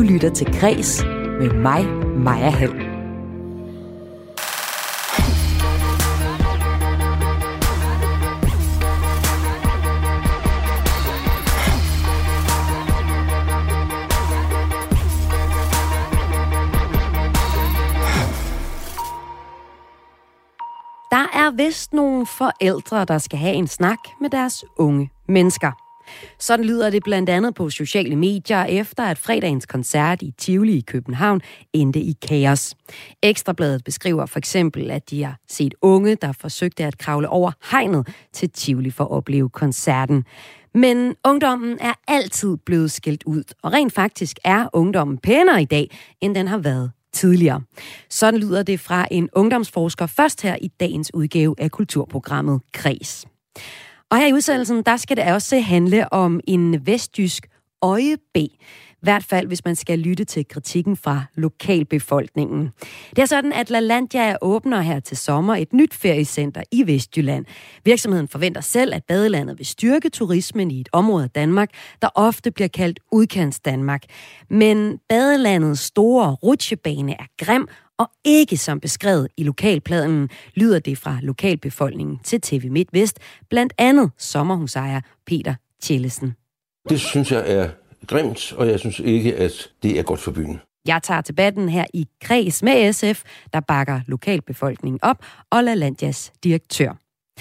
lytter til Græs med mig, Maja Hall. Der er vist nogle forældre, der skal have en snak med deres unge mennesker. Sådan lyder det blandt andet på sociale medier, efter at fredagens koncert i Tivoli i København endte i kaos. Ekstrabladet beskriver for eksempel, at de har set unge, der forsøgte at kravle over hegnet til Tivoli for at opleve koncerten. Men ungdommen er altid blevet skældt ud, og rent faktisk er ungdommen pænere i dag, end den har været tidligere. Sådan lyder det fra en ungdomsforsker først her i dagens udgave af kulturprogrammet Græs. Og her i udsendelsen, der skal det også handle om en vestjysk øje-B. I hvert fald, hvis man skal lytte til kritikken fra lokalbefolkningen. Det er sådan, at LaLandia åbner her til sommer et nyt feriecenter i Vestjylland. Virksomheden forventer selv, at badelandet vil styrke turismen i et område af Danmark, der ofte bliver kaldt Udkants-Danmark. Men badelandets store rutsjebane er grim, og ikke som beskrevet i lokalplanen, lyder det fra lokalbefolkningen til TV MidtVest, blandt andet sommerhusejer Peter Tjellesen. Det synes jeg er grimt, og jeg synes ikke, at det er godt for byen. Jeg tager debatten her i Kreds med SF, der bakker lokalbefolkningen op, og LaLandias direktør.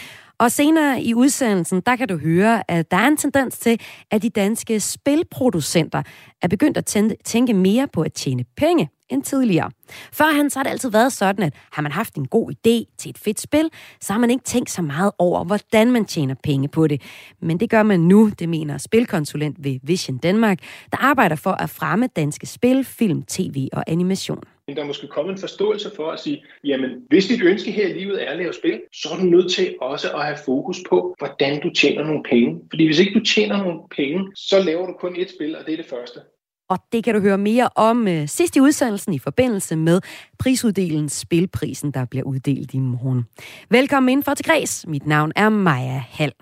Og senere i udsendelsen, der kan du høre, at der er en tendens til, at de danske spilproducenter er begyndt at tænke mere på at tjene penge end tidligere. Førhen så har det altid været sådan, at har man haft en god idé til et fedt spil, så har man ikke tænkt så meget over, hvordan man tjener penge på det. Men det gør man nu, det mener spilkonsulent ved Vision Danmark, der arbejder for at fremme danske spil, film, tv og animation. Der måske komme en forståelse for at sige, jamen hvis dit ønske her i livet er at lave spil, så er du nødt til også at have fokus på, hvordan du tjener nogle penge. Fordi hvis ikke du tjener nogle penge, så laver du kun ét spil, og det er det første. Og det kan du høre mere om sidst i udsendelsen i forbindelse med prisuddelingen Spilprisen, der bliver uddelt i morgen. Velkommen indenfor til Græs. Mit navn er Maja Hall.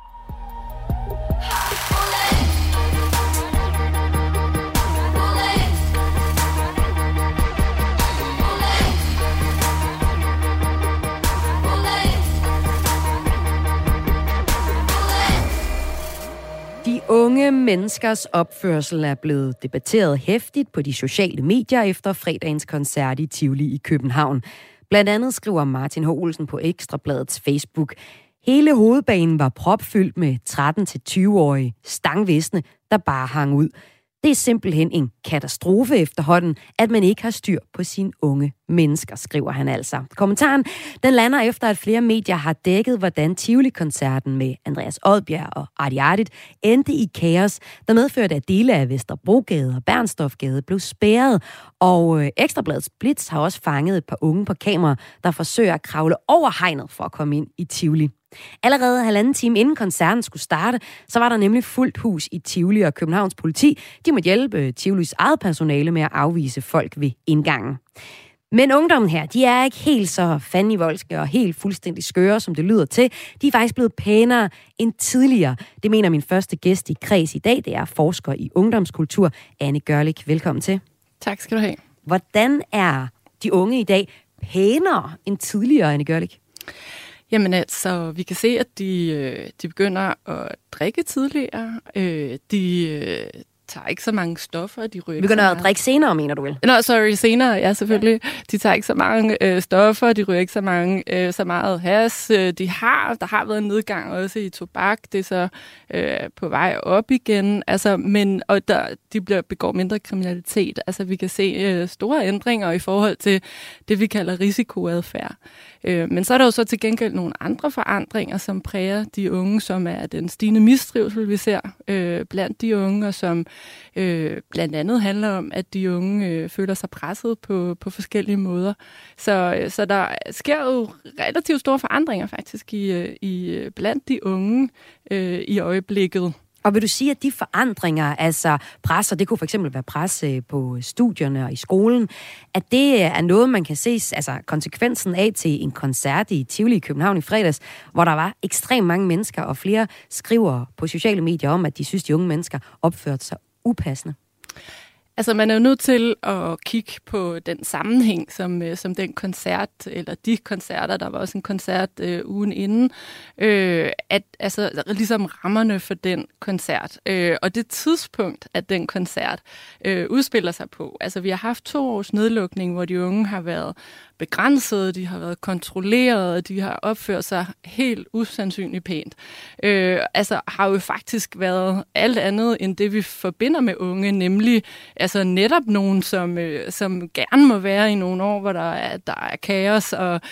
De unge menneskers opførsel er blevet debatteret heftigt på de sociale medier efter fredagens koncert i Tivoli i København. Blandt andet skriver Martin H. Olsen på Ekstrabladets Facebook: hele hovedbanen var propfyldt med 13-20-årige stangvisne, der bare hang ud. Det er simpelthen en katastrofe efterhånden, at man ikke har styr på sine unge mennesker, skriver han altså. Kommentaren, den lander efter, at flere medier har dækket, hvordan Tivoli-koncerten med Andreas Odbjerg og Arti Artit endte i kaos, der medførte, at dele af Vesterbrogade og Bernstorffgade blev spærret. Og Ekstrabladets Blitz har også fanget et par unge på kamera, der forsøger at kravle over hegnet for at komme ind i Tivoli. Allerede 1,5 time inden koncerten skulle starte, så var der nemlig fuldt hus i Tivoli, og Københavns politi, de måtte hjælpe Tivolis eget personale med at afvise folk ved indgangen. Men ungdommen her, de er ikke helt så fandenivoldske og helt fuldstændig skøre, som det lyder til. De er faktisk blevet pænere end tidligere. Det mener min første gæst i Kreds i dag. Det er forsker i ungdomskultur, Anne Gørlik. Velkommen til. Tak skal du have. Hvordan er de unge i dag pænere end tidligere, Anne Gørlik? Jamen altså, vi kan se, at de begynder at drikke tidligere. De tager ikke så mange stoffer. De begynder at drikke senere, mener du vel? Senere, ja, selvfølgelig. Ja. De tager ikke så mange stoffer, de ryger ikke så meget hash. Der har været en nedgang også i tobak. Det er så på vej op igen. Altså, de begår mindre kriminalitet. Altså, vi kan se store ændringer i forhold til det, vi kalder risikoadfærd. Men så er der jo så til gengæld nogle andre forandringer, som præger de unge, som er den stigende mistrivsel, vi ser blandt de unge, og som blandt andet handler om, at de unge føler sig presset på forskellige måder. Så der sker jo relativt store forandringer faktisk i blandt de unge i øjeblikket. Og vil du sige, at de forandringer, altså presser, det kunne for eksempel være pres på studierne og i skolen, at det er noget, man kan se, altså konsekvensen af til en koncert i Tivoli i København i fredags, hvor der var ekstremt mange mennesker, og flere skriver på sociale medier om, at de synes, de unge mennesker opførte sig upassende? Altså, man er jo nødt til at kigge på den sammenhæng, som den koncert, eller de koncerter, der var også en koncert ugen inden, ligesom rammerne for den koncert. Og det tidspunkt, at den koncert udspiller sig på. Altså, vi har haft 2 års nedlukning, hvor de unge har været begrænsede, de har været kontrollerede, de har opført sig helt usandsynligt pænt. Har jo faktisk været alt andet end det, vi forbinder med unge, nemlig altså netop nogen, som gerne må være i nogle år, hvor der er kaos, og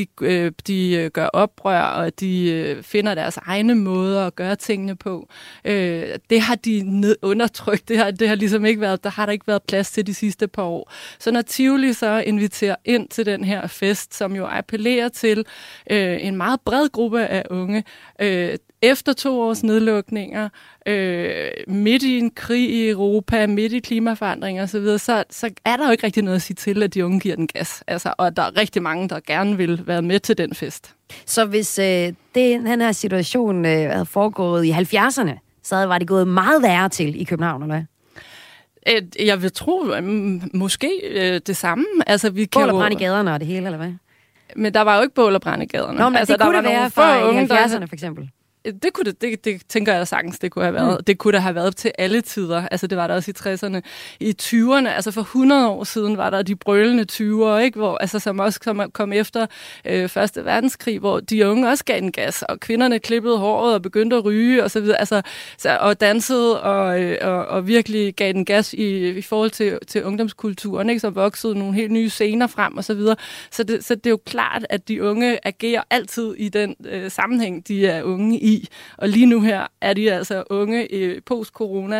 de gør oprør, og de finder deres egne måder at gøre tingene på. Det har de undertrykt. Det har ligesom ikke været, der har der ikke været plads til de sidste par år. Så når Tivoli så inviterer ind til den her fest, som jo appellerer til en meget bred gruppe af unge, efter 2 års nedlukninger, midt i en krig i Europa, midt i klimaforandringer osv., så er der jo ikke rigtig noget at sige til, at de unge giver den gas. Altså, og der er rigtig mange, der gerne vil være med til den fest. Så hvis den her situation havde foregået i 70'erne, så var det gået meget værre til i København, eller hvad? Jeg vil tro, måske det samme. Altså, vi bål og brand i gaderne og det hele, eller hvad? Men der var jo ikke bål og brand i gaderne. Nå, men altså, det kunne det være for i 70'erne, for eksempel. Det tænker jeg sagtens, det kunne have været. Det kunne der have været til alle tider. Altså, det var der også i 60'erne. I 20'erne, altså for 100 år siden, var der de brølende 20'ere, ikke? Hvor, altså, som også kom efter Første Verdenskrig, hvor de unge også gav en gas, og kvinderne klippede håret og begyndte at ryge, og så videre. Altså, og dansede og virkelig gav den gas i forhold til ungdomskulturen, ikke? Så voksede nogle helt nye scener frem, og så videre. Så det er jo klart, at de unge agerer altid i den sammenhæng, de er unge i. Og lige nu her er de altså unge post-corona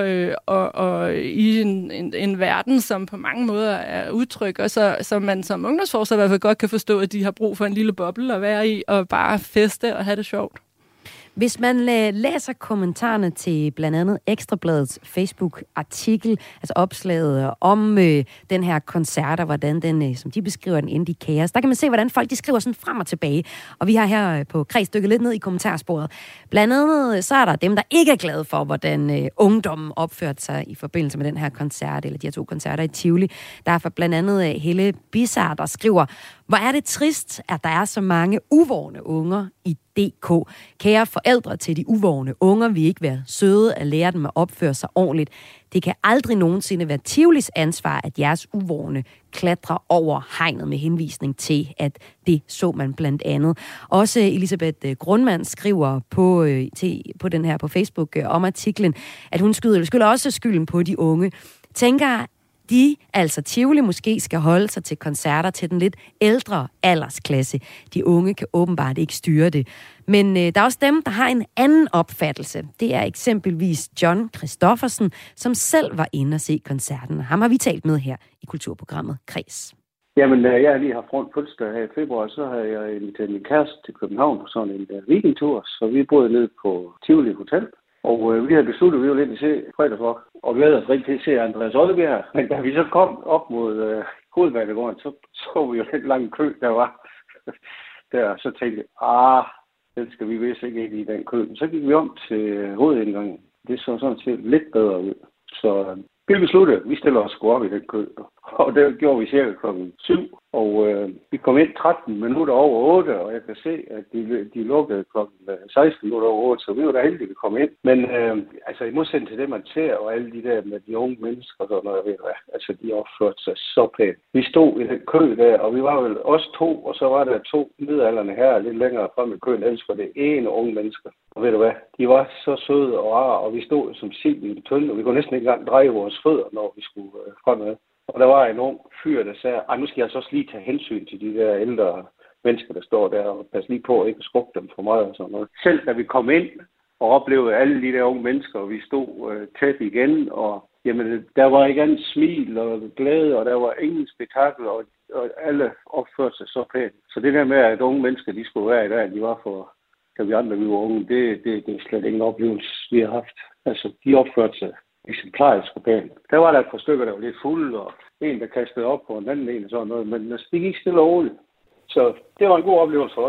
og i en verden, som på mange måder er udtryk, og så man som ungdomsforsker i hvert fald godt kan forstå, at de har brug for en lille boble at være i og bare feste og have det sjovt. Hvis man læser kommentarerne til blandt andet Ekstrabladets Facebook-artikel, altså opslaget om den her koncert, og hvordan den, som de beskriver den, endte i kaos, der kan man se, hvordan folk de skriver sådan frem og tilbage. Og vi har her på Kreds dykket lidt ned i kommentarsporet. Blandt andet så er der dem, der ikke er glade for, hvordan ungdommen opførte sig i forbindelse med den her koncert, eller de her 2 koncerter i Tivoli. Der er blandt andet Helle Bissar, der skriver: hvor er det trist, at der er så mange uvågne unger i DK. Kære forældre til de uvågne unger vil ikke være søde at lære dem at opføre sig ordentligt. Det kan aldrig nogensinde være Tivolis ansvar, at jeres uvågne klatrer over hegnet, med henvisning til, at det så man blandt andet. Også Elisabeth Grundmann skriver på den her på Facebook om artiklen, at hun skylder også skylden på de unge. Tænker altså Tivoli måske skal holde sig til koncerter til den lidt ældre aldersklasse. De unge kan åbenbart ikke styre det. Men der er også dem, der har en anden opfattelse. Det er eksempelvis John Christoffersen, som selv var inde og se koncerten. Ham har vi talt med her i kulturprogrammet Kreds. Jamen, jeg har lige haft rundt fødselsdag her i februar, så har jeg inviteret min kæreste til København på sådan en weekendtur. Så vi boede nede på Tivoli Hotel. Og vi havde besluttet, at vi var lidt til at se fredagsrock, og vi havde rigtig til at se Andreas Oddbjerg. Men da vi så kom op mod hovedbanegården, så vi jo lidt lang kø, der var der. Så tænkte jeg, den skal vi vist ikke ind i den kø. Så gik vi om til hovedindgangen. Det så sådan set lidt bedre ud. Så vi besluttede, at vi stiller os sgu op i den kø. Og det gjorde vi cirka klokken 7. Og vi kom ind 13 minutter over 8, og jeg kan se, at de lukkede klokken 16 minutter over 8, så vi var da heldige, at vi kom ind. Men i modsætning til det, man ser, og alle de der med de unge mennesker og sådan noget, jeg ved hvad, altså de opførte sig så pænt. Vi stod i den kø der, og vi var vel os 2, og så var der 2 midaldrende her lidt længere frem i køen, ellers var det ene unge mennesker. Og ved du hvad, de var så søde og rare, og vi stod som sild i en tønde, og vi kunne næsten ikke engang dreje vores fødder, når vi skulle fremad. Og der var en ung fyr, der sagde, nu skal jeg så også lige tage hensyn til de der ældre mennesker, der står der, og passe lige på at ikke skubbe dem for meget og sådan noget. Selv da vi kom ind og oplevede alle de der unge mennesker, og vi stod tæt igen, og jamen, der var ikke andet smil og glæde, og der var ingen spektakel, og alle opførte sig så pænt. Så det der med, at unge mennesker, de skulle være i dag, de var for, da vi andre, vi var unge, det er slet ingen oplevelse, vi har haft. Altså, de opførte sig eksemplarisk og pænt. Der var der et par stykker, der var lidt fulde, og en, der kastede op på en anden en og sådan noget, men det gik stille og roligt. Så det var en god oplevelse for os.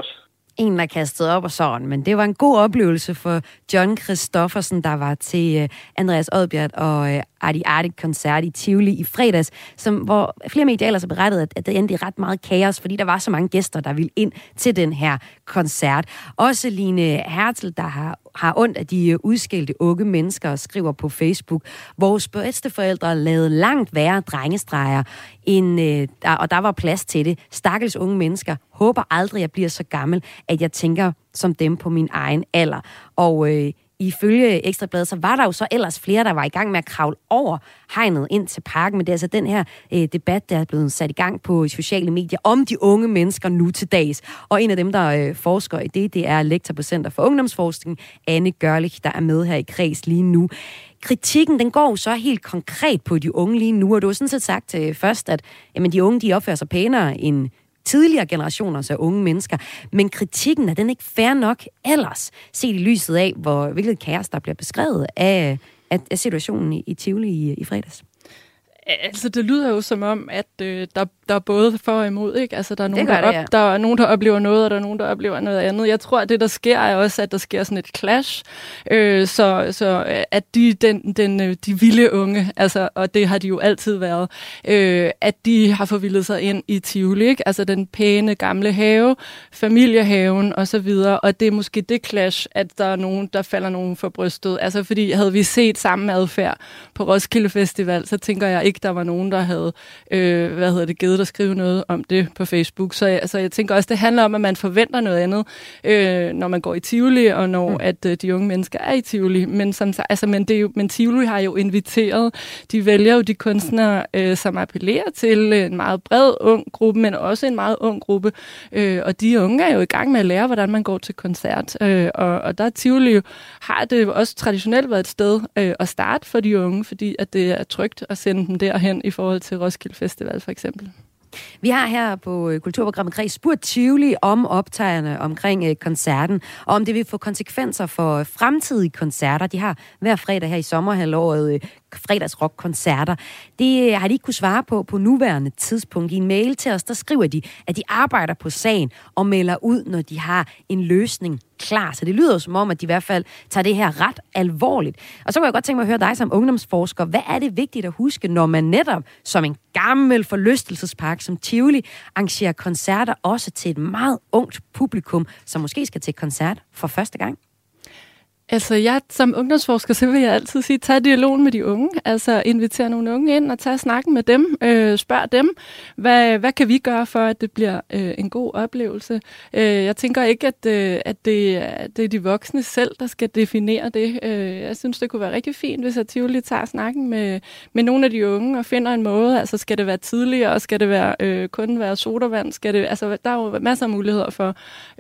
en, der kastede op og sådan, men det var en god oplevelse for John Christoffersen, der var til Andreas Odbjerg og Artie Artie-koncert i Tivoli i fredags, hvor flere medier ellers har berettet, at det endte i ret meget kaos, fordi der var så mange gæster, der ville ind til den her koncert. Også Line Hertel, der har ondt af de udskældte unge mennesker, og skriver på Facebook, vores bedsteforældre lavede langt værre drengestreger, og der var plads til det. Stakkels unge mennesker. Håber aldrig, jeg bliver så gammel, at jeg tænker som dem på min egen alder. Og ifølge Ekstra Bladet, så var der jo så ellers flere, der var i gang med at kravle over hegnet ind til parken. Men det er altså den her debat, der er blevet sat i gang på sociale medier om de unge mennesker nu til dags. Og en af dem, der forsker i det er lektor på Center for Ungdomsforskning, Anne Görlich, der er med her i Kreds lige nu. Kritikken, den går jo så helt konkret på de unge lige nu, og du har sådan set sagt først, at jamen, de unge, de opfører sig pænere end tidligere generationer af unge mennesker. Men kritikken, er den ikke fair nok ellers, set i lyset af, hvilket kaos, der bliver beskrevet af situationen i Tivoli i fredags? Altså, det lyder jo som om, at der er både for og imod, ikke? Altså, der er nogen, der er nogen, der oplever noget, og der er nogen, der oplever noget andet. Jeg tror, at det, der sker, er også, at der sker sådan et clash. Så at de vilde unge, altså, og det har de jo altid været, at de har forvildet sig ind i Tivoli, ikke? Altså, den pæne, gamle have, familiehaven og så videre. Og det er måske det clash, at der er nogen, der falder nogen for brystet. Altså, fordi havde vi set samme adfærd på Roskilde Festival, så tænker jeg ikke, der var nogen, der havde givet at skrive noget om det på Facebook. Så jeg tænker også, det handler om, at man forventer noget andet, når man går i Tivoli, og når at de unge mennesker er i Tivoli. Men Tivoli har jo inviteret, de vælger jo de kunstnere, som appellerer til en meget bred ung gruppe, men også en meget ung gruppe. Og de unge er jo i gang med at lære, hvordan man går til koncert. Og der Tivoli jo, har det jo også traditionelt været et sted at starte for de unge, fordi at det er trygt at sende dem derhen i forhold til Roskilde Festival for eksempel. Vi har her på Kulturprogrammet Kreds spurgt Tivoli om optagerne omkring koncerten, og om det vil få konsekvenser for fremtidige koncerter. De har hver fredag her i sommerhalvåret fredagsrockkoncerter. Det har de ikke kunne svare på nuværende tidspunkt. I en mail til os, der skriver de, at de arbejder på sagen og melder ud, når de har en løsning klar. Så det lyder jo som om, at de i hvert fald tager det her ret alvorligt. Og så kunne jeg godt tænke mig at høre dig som ungdomsforsker. Hvad er det vigtigt at huske, når man netop som en gammel forlystelsespark som Tivoli arrangerer koncerter også til et meget ungt publikum, som måske skal til koncert for første gang? Altså, jeg som ungdomsforsker, så vil jeg altid sige, tag dialogen med de unge. Altså, invitere nogle unge ind og tage snakken med dem. Spørg dem, hvad kan vi gøre for, at det bliver en god oplevelse? Jeg tænker ikke, at det er de voksne selv, der skal definere det. Jeg synes, det kunne være rigtig fint, hvis Tivoli tager snakken med nogle af de unge og finder en måde. Altså, skal det være tidligere? Skal det være kun være sodavand? Der er jo masser af muligheder for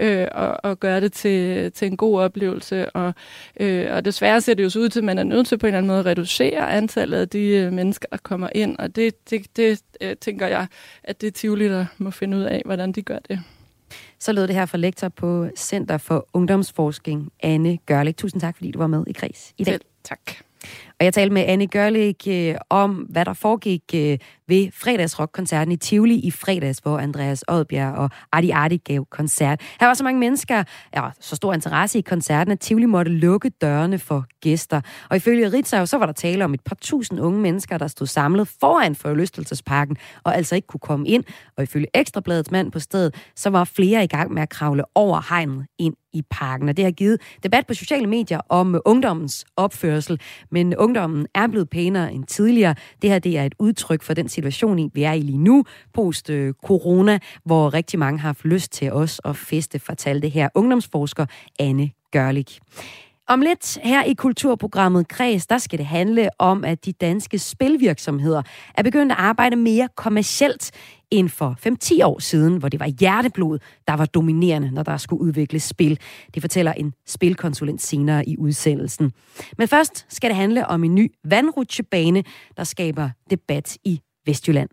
at gøre det til en god oplevelse. Og desværre ser det jo så ud til, at man er nødt til på en eller anden måde at reducere antallet af de mennesker, der kommer ind. Og det tænker jeg, at det er Tivoli, der må finde ud af, hvordan de gør det. Så lød det her fra lektor på Center for Ungdomsforskning, Anne Görlich. Tusind tak, fordi du var med i Kreds i dag. Selv tak. Og jeg talte med Anne Görlich om, hvad der foregik ved fredagsrockkoncerten i Tivoli i fredags, hvor Andreas Odbjerg og Artie Artie gav koncert. Her var så mange mennesker, så stor interesse i koncerten, at Tivoli måtte lukke dørene for gæster. Og ifølge Ritzau, så var der tale om et par tusind unge mennesker, der stod samlet foran forlystelsesparken og altså ikke kunne komme ind. Og ifølge Ekstra Bladets mand på stedet, så var flere i gang med at kravle over hegnet ind i parken. Og det har givet debat på sociale medier om ungdommens opførsel. Men ungdommen er blevet pænere end tidligere. Det her, det er et udtryk for den situation, vi er i lige nu, post-corona, hvor rigtig mange har haft lyst til os at feste, fortalte her ungdomsforsker Anne Görlich. Om lidt her i Kulturprogrammet Kreds, der skal det handle om, at de danske spilvirksomheder er begyndt at arbejde mere kommercielt end for 5-10 år siden, hvor det var hjerteblod, der var dominerende, når der skulle udvikles spil. Det fortæller en spilkonsulent senere i udsendelsen. Men først skal det handle om en ny vandrutsjebane, der skaber debat i Vestjylland.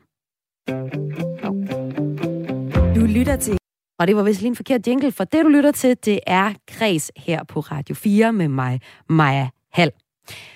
Du lytter til... Og det var vist lige en forkert jingle, for det du lytter til, det er Kreds her på Radio 4 med mig, Maja Hall.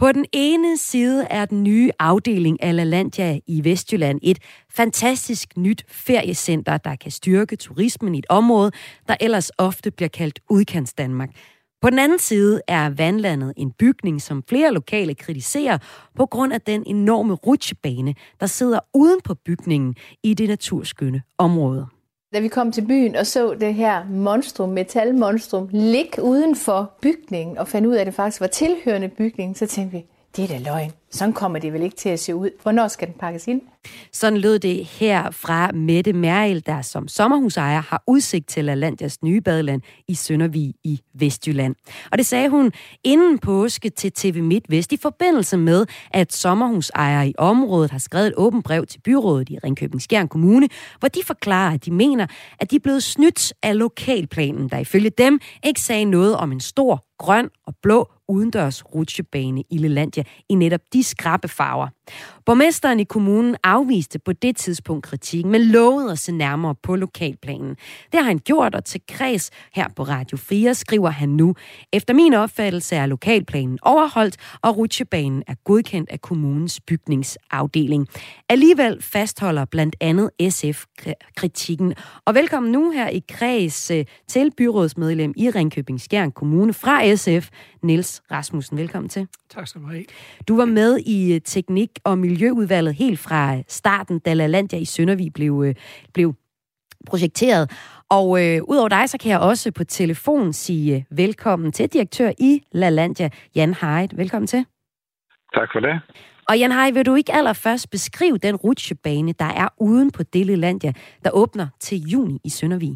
På den ene side er den nye afdeling af LaLandia i Vestjylland et fantastisk nyt feriecenter, der kan styrke turismen i et område, der ellers ofte bliver kaldt Udkantsdanmark. På den anden side er Vandlandet en bygning, som flere lokale kritiserer på grund af den enorme rutsjebane, der sidder uden på bygningen i det naturskønne område. Da vi kom til byen og så det her metalmonstrum ligge uden for bygningen og fandt ud af, at det faktisk var tilhørende bygningen, så tænkte vi, det er da løgn. Sådan kommer det vel ikke til at se ud. Hvornår skal den pakkes ind? Sådan lød det her fra Mette Merrild, der som sommerhusejer har udsigt til LaLandias nye badeland i Søndervig i Vestjylland. Og det sagde hun inden påske til TV MidtVest i forbindelse med, at sommerhusejere i området har skrevet et åbent brev til byrådet i Ringkøbing-Skjern Kommune, hvor de forklarer, at de mener, at de er blevet snydt af lokalplanen, der ifølge dem ikke sagde noget om en stor, grøn og blå udendørs rutsjebane i LaLandia i netop de skrappe farver. Borgmesteren i kommunen afviste på det tidspunkt kritikken, men lovede at se nærmere på lokalplanen. Det har han gjort, og til Kreds her på Radio 4 skriver han nu: efter min opfattelse er lokalplanen overholdt, og rutsjebanen er godkendt af kommunens bygningsafdeling. Alligevel fastholder blandt andet SF kritikken. Og velkommen nu her i Kreds til byrådsmedlem i Ringkøbing-Skjern Kommune fra SF, Niels Rasmussen. Velkommen til. Tak skal du have. Du var med i teknik- og miljøudvalget helt fra starten, da LaLandia i Søndervig blev projekteret. Og udover dig, så kan jeg også på telefon sige velkommen til direktør i LaLandia, Jan Haidt. Velkommen til. Tak for det. Og Jan Haidt, vil du ikke allerførst beskrive den rutsjebane, der er uden på det LaLandia, der åbner til juni i Søndervig?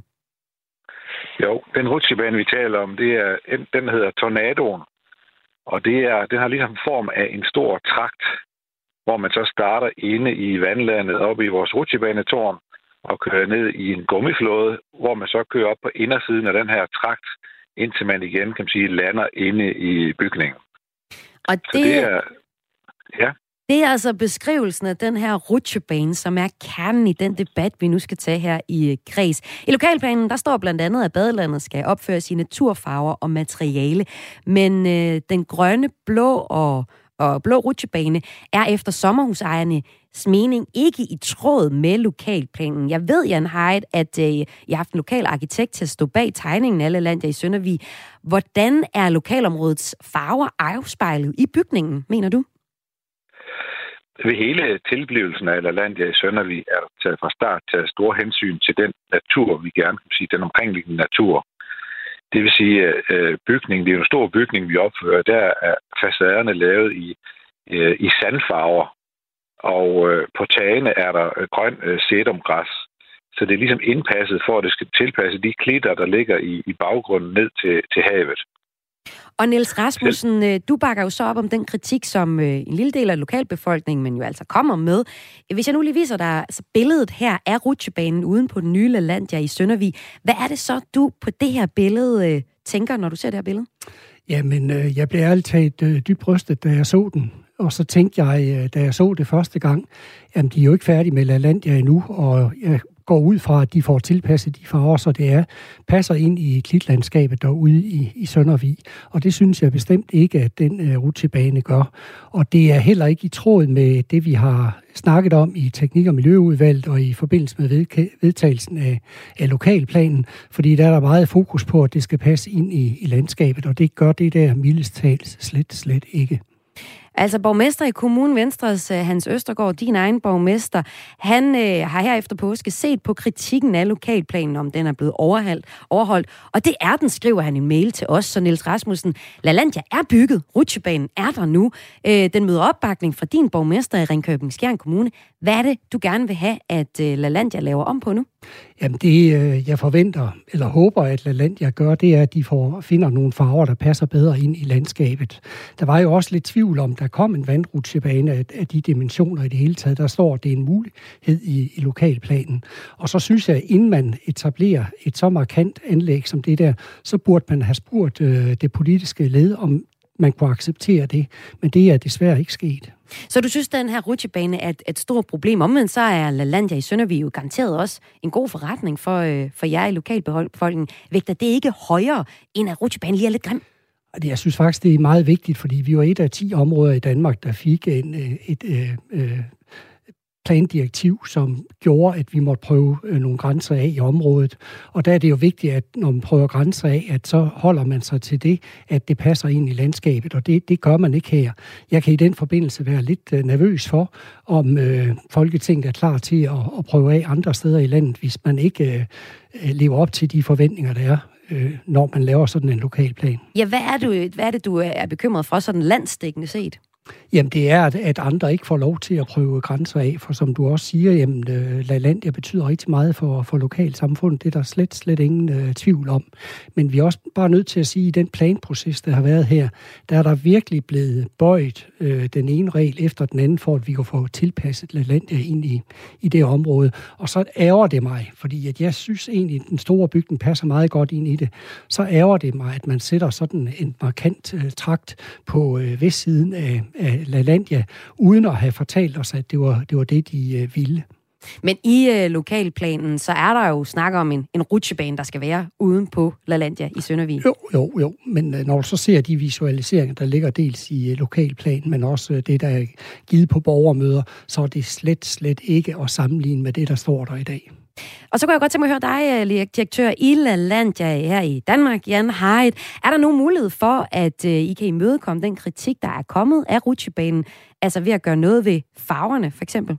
Jo, den rutsjebane, vi taler om, den hedder Tornadoen. Og den har ligesom form af en stor trakt, hvor man så starter inde i vandlandet oppe i vores rutsjebanetårn og kører ned i en gummiflåde, hvor man så kører op på indersiden af den her trakt, indtil man igen, kan man sige, lander inde i bygningen. Og det er... Ja. Det er altså beskrivelsen af den her rutsjebane, som er kernen i den debat, vi nu skal tage her i Kreds. I lokalplanen, der står blandt andet, at badelandet skal opføres i naturfarver og materiale. Men den grønne, blå og blå rutsjebane er efter sommerhusejernes mening ikke i tråd med lokalplanen. Jeg ved, Jan Haidt, at I har haft en lokal arkitekt til at stå bag tegningen af LaLandia i Søndervig. Hvordan er lokalområdets farver afspejlet i bygningen, mener du? Ved hele tilblivelsen af LaLandia i Søndervig er der taget fra start taget store hensyn til den natur, vi gerne kan sige, den omkringliggende natur. Det vil sige, at bygningen, det er jo en stor bygning, vi opfører, der er facaderne lavet i sandfarver, og på tagene er der grøn sedumgræs. Så det er ligesom indpasset for, at det skal tilpasse de klitter, der ligger i baggrunden ned til havet. Og Niels Rasmussen, du bakker jo så op om den kritik, som en lille del af lokalbefolkningen, men jo altså kommer med. Hvis jeg nu lige viser dig altså billedet her af rutsjebanen uden på den nye LaLandia i Søndervig, hvad er det så, du på det her billede tænker, når du ser det her billede? Jamen, jeg blev ærligt talt dybt rystet, da jeg så den. Og så tænkte jeg, da jeg så det første gang, jamen, de er jo ikke færdige med LaLandia endnu, og jeg går ud fra, at de får tilpasset de farver, så det passer ind i klitlandskabet derude i Søndervig. Og det synes jeg bestemt ikke, at den rutsjebane gør. Og det er heller ikke i tråd med det, vi har snakket om i teknik- og miljøudvalget og i forbindelse med vedtagelsen af lokalplanen, fordi der er der meget fokus på, at det skal passe ind i landskabet, og det gør det der mildest talt slet ikke. Altså borgmester i kommunen Venstres, Hans Østergaard, din egen borgmester, han har her efter påske set på kritikken af lokalplanen, om den er blevet overholdt. Og det er den, skriver han i en mail til os. Så Niels Rasmussen, LaLandia er bygget, rutsjebanen er der nu. Den møder opbakning fra din borgmester i Ringkøbing-Skjern Kommune. Hvad er det, du gerne vil have, at LaLandia laver om på nu? Jamen det, jeg forventer, eller håber, at LaLandia gør, det er, at de finder nogle farver, der passer bedre ind i landskabet. Der var jo også lidt tvivl om, der kom en vandrutsjebane af de dimensioner i det hele taget. Der står, at det er en mulighed i lokalplanen. Og så synes jeg, inden man etablerer et så markant anlæg som det der, så burde man have spurgt det politiske led, om man kunne acceptere det. Men det er desværre ikke sket. Så du synes, at den her rutsjebane er et stort problem? Omvendt så er LaLandia i Søndervig jo garanteret også en god forretning for jer i lokalbefolkningen. Vægter det ikke højere, end at rutsjebanen lige er lidt grim? Jeg synes faktisk, det er meget vigtigt, fordi vi var et af 10 områder i Danmark, der fik et plandirektiv, som gjorde, at vi måtte prøve nogle grænser af i området. Og der er det jo vigtigt, at når man prøver grænser af, at så holder man sig til det, at det passer ind i landskabet, og det gør man ikke her. Jeg kan i den forbindelse være lidt nervøs for, om Folketinget er klar til at prøve af andre steder i landet, hvis man ikke lever op til de forventninger, der er, når man laver sådan en lokalplan. Ja, hvad er det, du er bekymret for, sådan landsdækkende set? Jamen, det er, at andre ikke får lov til at prøve grænser af, for som du også siger, jamen, LaLandia betyder rigtig meget for lokalsamfundet. Det er der slet ingen tvivl om. Men vi er også bare nødt til at sige, at i den planproces, der har været her, der er der virkelig blevet bøjet den ene regel efter den anden, for at vi kan få tilpasset LaLandia ind i det område. Og så ærger det mig, fordi at jeg synes egentlig, at den store bygning passer meget godt ind i det. Så ærger det mig, at man sætter sådan en markant trakt på vestsiden af LaLandia, uden at have fortalt os, at det var det, de ville. Men i lokalplanen, så er der jo snak om en rutsjebane, der skal være uden på LaLandia i Søndervig. Jo. Men når du så ser de visualiseringer, der ligger dels i lokalplanen, men også det, der er givet på borgermøder, så er det slet ikke at sammenligne med det, der står der i dag. Og så kunne jeg godt tænke mig at høre dig, direktør i LaLandia her i Danmark, Jan Haidt. Er der nogen mulighed for, at I kan imødekomme den kritik, der er kommet af rutsjebanen, altså ved at gøre noget ved farverne, for eksempel?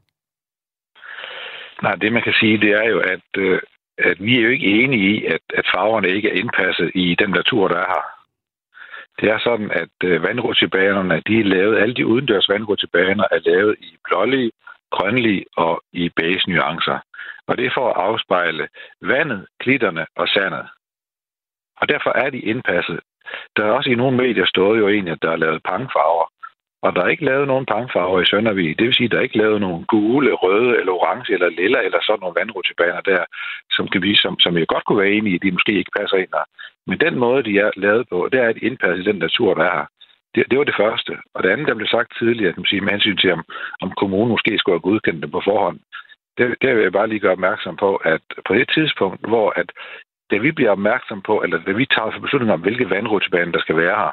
Nej, det man kan sige, det er jo, at vi er jo ikke enige i, at farverne ikke er indpasset i den natur, der er her. Det er sådan, at vandrutsjebanerne, de er lavet, alle de udendørs vandrutsjebaner er lavet i blålige, grønlige og i beige nuancer. Og det er for at afspejle vandet, klitterne og sandet. Og derfor er de indpasset. Der er også i nogle medier stået jo egentlig, at der er lavet pangfarver. Og der er ikke lavet nogen pangfarver i Søndervig. Det vil sige, at der er ikke lavet nogen gule, røde, eller orange, eller lilla, eller sådan nogle vandrutsjebaner der, som jeg godt kunne være enige i, de måske ikke passer ind her. Men den måde, de er lavet på, det er et indpas i den natur, der er her. Det var det første. Og det andet, der blev sagt tidligere, med hensyn til, om kommunen måske skulle have godkendt det på forhånd, det vil jeg bare lige gøre opmærksom på, at på det tidspunkt, hvor at da vi bliver opmærksom på, eller da vi tager for beslutning om, hvilke vandrutsjebaner der skal være her,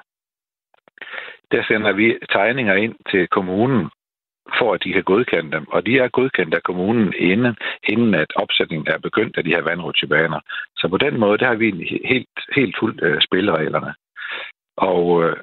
der sender vi tegninger ind til kommunen, for at de kan godkende dem. Og de er godkendt af kommunen, inden at opsætningen er begyndt af de her vandrutsjebaner. Så på den måde, der har vi helt fuldt spillereglerne. Og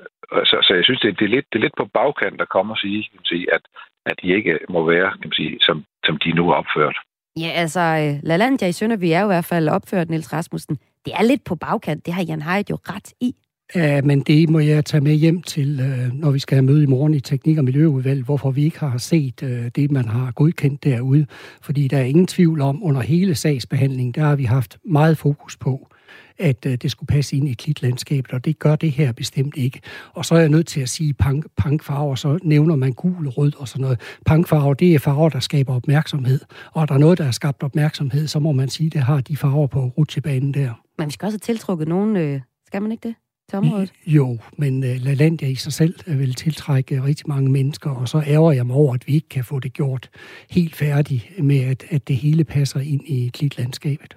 så jeg synes, det er lidt på bagkant at komme og sige, at de ikke må være, som de nu er opført. Ja, altså, LaLandia i Søndervig er jo i hvert fald opført, Niels Rasmussen. Det er lidt på bagkant, det har Jan Haidt jo ret i. Ja, men det må jeg tage med hjem til, når vi skal have møde i morgen i Teknik- og Miljøudvalg, hvorfor vi ikke har set det, man har godkendt derude. Fordi der er ingen tvivl om, under hele sagsbehandlingen, der har vi haft meget fokus på, at det skulle passe ind i klitlandskabet, og det gør det her bestemt ikke. Og så er jeg nødt til at sige pangfarver, så nævner man gul, rød og sådan noget. Pangfarver, det er farver, der skaber opmærksomhed. Og er der noget, der har skabt opmærksomhed, så må man sige, det har de farver på rutsjebanen der. Men vi skal også have tiltrukket nogen, skal man ikke det? Jo, men LaLandia i sig selv vil tiltrække rigtig mange mennesker, og så ærger jeg mig over, at vi ikke kan få det gjort helt færdigt med, at det hele passer ind i klitlandskabet.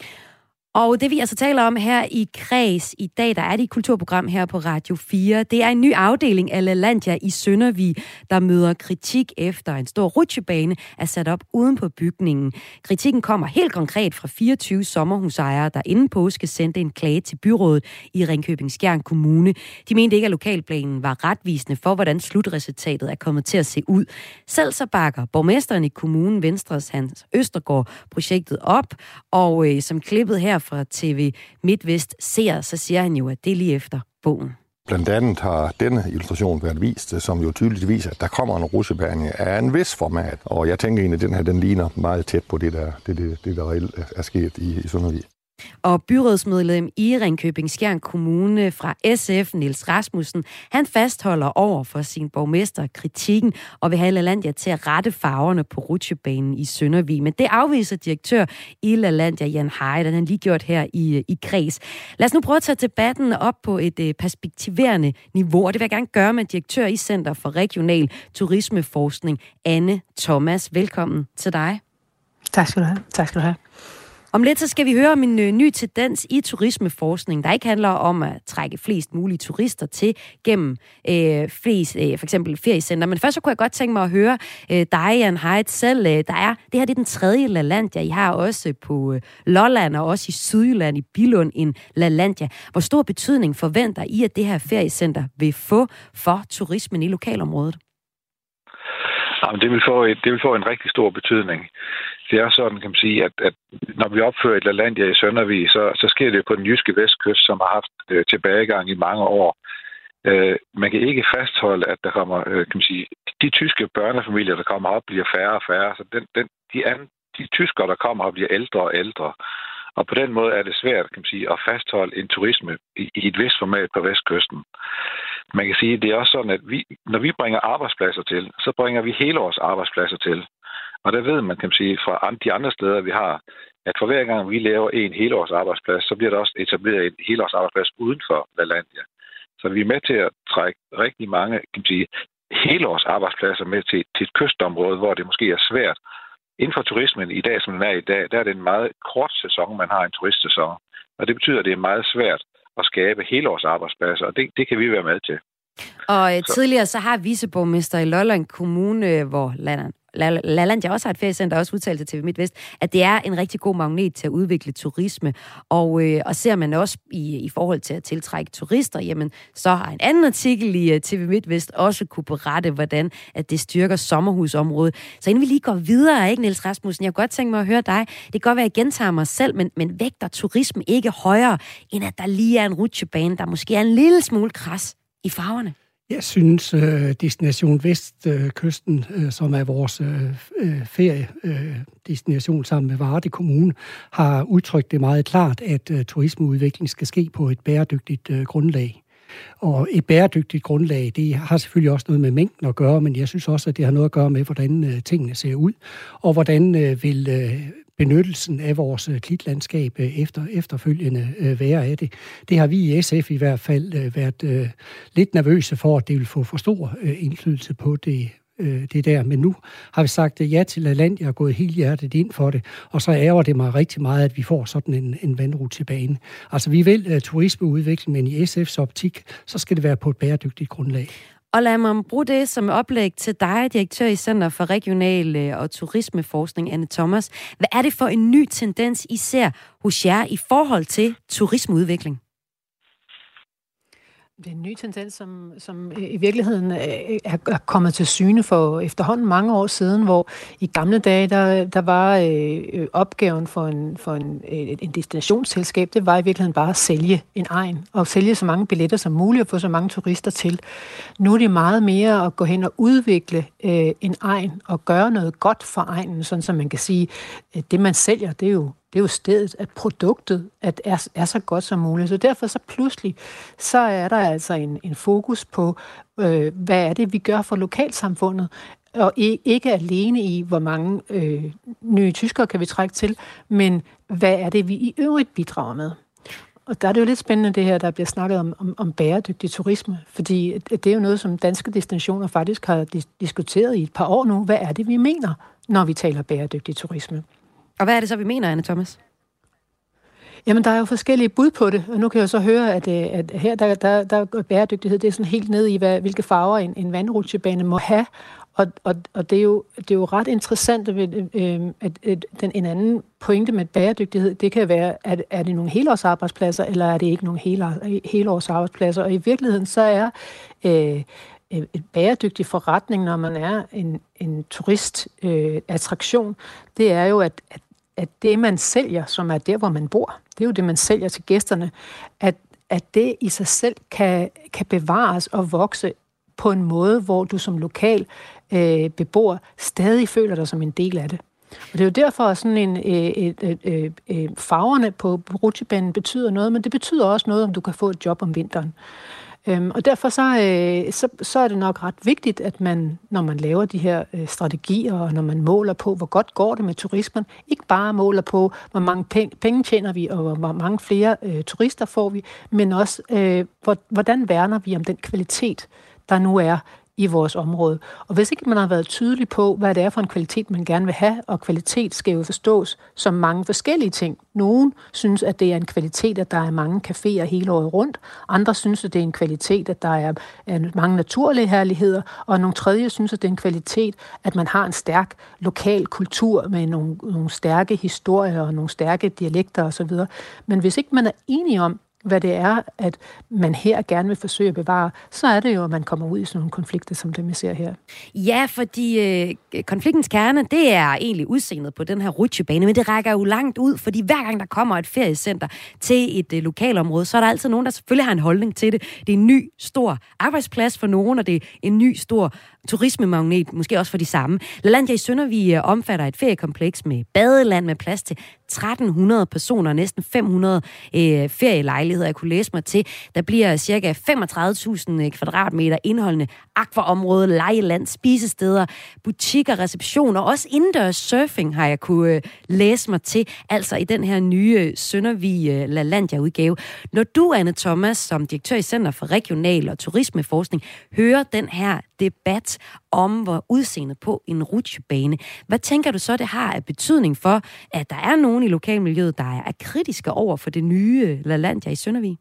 Og det vi altså taler om her i Kreds i dag, der er det et kulturprogram her på Radio 4. Det er en ny afdeling af LaLandia i Søndervig, der møder kritik efter en stor rutsjebane er sat op uden på bygningen. Kritikken kommer helt konkret fra 24 sommerhusejere, der inden påske sendte en klage til byrådet i Ringkøbing-Skjern Kommune. De mente ikke, at lokalplanen var retvisende for, hvordan slutresultatet er kommet til at se ud. Selv så bakker borgmesteren i kommunen, Venstres Hans Østergaard, projektet op, og som klippet her fra TV MidtVest ser, så siger han jo, at det er lige efter bogen. Blandt andet har denne illustration været vist, som jo tydeligt viser, at der kommer en rutsjebane af en vis format. Og jeg tænker egentlig, at den ligner meget tæt på det, der reelt er sket i Søndervig. Og byrådsmedlem i Ringkøbing-Skjern Kommune fra SF, Niels Rasmussen, han fastholder over for sin borgmester kritikken og vil have LaLandia til at rette farverne på rutsjebanen i Søndervig. Men det afviser direktør i LaLandia, Jan Haidt, han lige gjort her i Kreds. Lad os nu prøve at tage debatten op på et perspektiverende niveau, og det vil jeg gerne gøre med direktør i Center for Regional Turismeforskning, Anne Thomas. Velkommen til dig. Tak skal du have. Om lidt så skal vi høre om en ny tendens i turismeforskning, der ikke handler om at trække flest mulige turister til gennem for eksempel feriecenter. Men først så kunne jeg godt tænke mig at høre dig, Jan Haidt, selv. Det her det er den tredje LaLandia. I har også på Lolland og også i Sydjylland i Billund en LaLandia. Hvor stor betydning forventer I, at det her feriecenter vil få for turismen i lokalområdet? Jamen, det vil få en rigtig stor betydning. Det er sådan, kan man sige, at når vi opfører et LaLandia i Søndervig, så sker det på den jyske vestkyst, som har haft tilbagegang i mange år. Man kan ikke fastholde, at der kommer, kan man sige, de tyske børnefamilier, der kommer op, bliver færre og færre. Så de tyskere, der kommer op, bliver ældre og ældre. Og på den måde er det svært, kan man sige, at fastholde en turisme i et vist format på vestkysten. Man kan sige, at det er også sådan, at når vi bringer arbejdspladser til, så bringer vi helårs arbejdspladser til. Og der ved man, kan man sige, fra de andre steder, vi har, at for hver gang vi laver en helårs arbejdsplads, så bliver der også etableret en helårs arbejdsplads uden for LaLandia. Så vi er med til at trække rigtig mange, kan man sige, helårs arbejdspladser med til et kystområde, hvor det måske er svært. Inden for turismen i dag, som den er i dag, der er det en meget kort sæson, man har en turistsæson. Og det betyder, at det er meget svært at skabe helårs arbejdspladser, og det kan vi være med til. Og tidligere så har viceborgmester i Lolland Kommune, hvor LaLandia også har et feriecenter, også udtalt til TV MidtVest, at det er en rigtig god magnet til at udvikle turisme. Og ser man også i forhold til at tiltrække turister, jamen så har en anden artikel i TV MidtVest også kunne berette, hvordan at det styrker sommerhusområdet. Så inden vi lige går videre, ikke Niels Rasmussen, jeg kunne godt tænke mig at høre dig. Det kan godt være, at jeg gentager mig selv, men vægter turisme ikke højere, end at der lige er en rutsjebane, der måske er en lille smule kras i farverne? Jeg synes, Destination Vestkysten, som er vores feriedestination sammen med Varde Kommune, har udtrykt det meget klart, at turismeudvikling skal ske på et bæredygtigt grundlag. Og et bæredygtigt grundlag, det har selvfølgelig også noget med mængden at gøre, men jeg synes også, at det har noget at gøre med, hvordan tingene ser ud, og hvordan vil benyttelsen af vores klitlandskab efterfølgende være af det. Det har vi i SF i hvert fald været lidt nervøse for, at det vil få for stor indflydelse på det der. Men nu har vi sagt ja til LaLandia og gået helhjertet ind for det, og så ærger det mig rigtig meget, at vi får sådan en vandrutsjebane. Altså vi vil turismeudvikling, men i SF's optik, så skal det være på et bæredygtigt grundlag. Og lad mig bruge det som oplæg til dig, direktør i Center for Regional og Turismeforskning, Anne Thomas. Hvad er det for en ny tendens, I ser hos jer i forhold til turismeudvikling? Det er en ny tendens, som i virkeligheden er kommet til syne for efterhånden mange år siden, hvor i gamle dage, der var opgaven for en destinationsselskab, det var i virkeligheden bare at sælge en egen, og sælge så mange billetter som muligt, og få så mange turister til. Nu er det meget mere at gå hen og udvikle en egen, og gøre noget godt for egnen, sådan som man kan sige, det man sælger, det er jo stedet, at produktet er så godt som muligt. Så derfor så pludselig, så er der altså en fokus på, hvad er det, vi gør for lokalsamfundet, og ikke alene i, hvor mange nye tyskere kan vi trække til, men hvad er det, vi i øvrigt bidrager med. Og der er det jo lidt spændende, det her, der bliver snakket om bæredygtig turisme, fordi det er jo noget, som danske destinationer faktisk har diskuteret i et par år nu. Hvad er det, vi mener, når vi taler bæredygtig turisme? Og hvad er det så, vi mener, Anne Thomas? Jamen, der er jo forskellige bud på det, og nu kan jeg så høre, at her der er bæredygtighed, det er sådan helt ned i, hvilke farver en vandrutsjebane må have, og det er jo ret interessant, at en anden pointe med bæredygtighed, det kan være, er det nogle helårsarbejdspladser, eller er det ikke nogle helårsarbejdspladser, og i virkeligheden så er en bæredygtig forretning, når man er en turistattraktion, det er jo, at det, man sælger, som er der, hvor man bor, det er jo det, man sælger til gæsterne, at det i sig selv kan bevares og vokse på en måde, hvor du som lokal beboer stadig føler dig som en del af det. Og det er jo derfor, at sådan farverne på rutsjebanen betyder noget, men det betyder også noget, om du kan få et job om vinteren. Og derfor så er det nok ret vigtigt, at man, når man laver de her strategier, og når man måler på, hvor godt går det med turismen, ikke bare måler på, hvor mange penge tjener vi, og hvor mange flere turister får vi, men også, hvordan værner vi om den kvalitet, der nu er i vores område. Og hvis ikke man har været tydelig på, hvad det er for en kvalitet, man gerne vil have, og kvalitet skal jo forstås som mange forskellige ting. Nogen synes, at det er en kvalitet, at der er mange caféer hele året rundt. Andre synes, at det er en kvalitet, at der er mange naturlige herligheder. Og nogle tredje synes, at det er en kvalitet, at man har en stærk lokal kultur med nogle stærke historier og nogle stærke dialekter osv. Men hvis ikke man er enig om, hvad det er, at man her gerne vil forsøge at bevare, så er det jo, at man kommer ud i sådan nogle konflikter, som det, vi ser her. Ja, fordi konfliktens kerne, det er egentlig udseendet på den her rutsjebane, men det rækker jo langt ud, fordi hver gang der kommer et feriecenter til et lokalområde, så er der altid nogen, der selvfølgelig har en holdning til det. Det er en ny, stor arbejdsplads for nogen, og det er en ny, stor turismemagnet, måske også for de samme. LaLandia i Søndervig omfatter et feriekompleks med badeland med plads til 1300 personer, næsten 500 ferielejligheder, jeg kunne læse mig til. Der bliver ca. 35.000 kvadratmeter indholdende akvaområde, lejeland, spisesteder, butikker, receptioner, også indendørs surfing har jeg kunne læse mig til, altså i den her nye Søndervig LaLandia-udgave. Når du, Anne Thomas, som direktør i Center for Regional og Turismeforskning, hører den her debat om, hvor udseendet på en rutsjebane, hvad tænker du så, det har af betydning for, at der er nogen i lokalmiljøet, der er kritiske over for det nye LaLandia i Søndervig?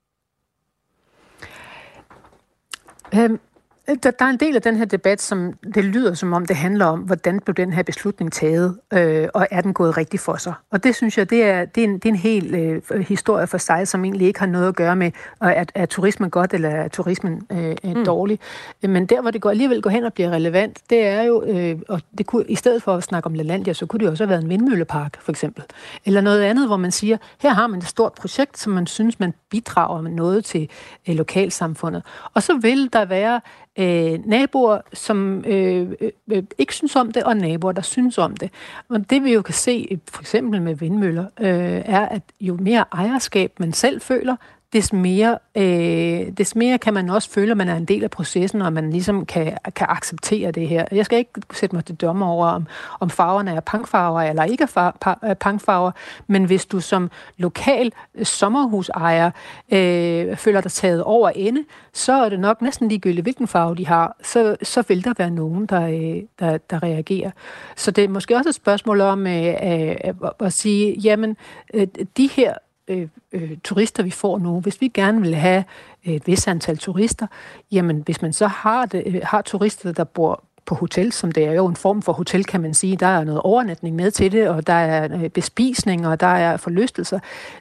Der er en del af den her debat, som det lyder som om, det handler om, hvordan blev den her beslutning taget, og er den gået rigtigt for sig. Og det synes jeg, det er en hel historie for sig, som egentlig ikke har noget at gøre med, er turismen godt, eller er turismen dårlig. Men der, hvor det alligevel går hen og bliver relevant, det er jo, og det kunne, i stedet for at snakke om LaLandia, så kunne det også have været en vindmøllepark, for eksempel. Eller noget andet, hvor man siger, her har man et stort projekt, som man synes, man bidrager med noget til lokalsamfundet. Og så vil der være naboer, som ikke synes om det, og naboer, der synes om det. Og det vi jo kan se, for eksempel med vindmøller, er, at jo mere ejerskab man selv føler, des mere kan man også føle, at man er en del af processen, og man ligesom kan acceptere det her. Jeg skal ikke sætte mig til dommer over, om farverne er punkfarver eller ikke er punkfarver, men hvis du som lokal sommerhusejer føler dig taget over ende, så er det nok næsten ligegyldigt, hvilken farve de har, så vil der være nogen, der reagerer. Så det er måske også et spørgsmål om at sige, jamen, de her turister, vi får nu, hvis vi gerne vil have et vis antal turister, jamen hvis man så har turister, der bor på hotel, som det er jo en form for hotel, kan man sige. Der er noget overnatning med til det, og der er bespisning, og der er forlystelser.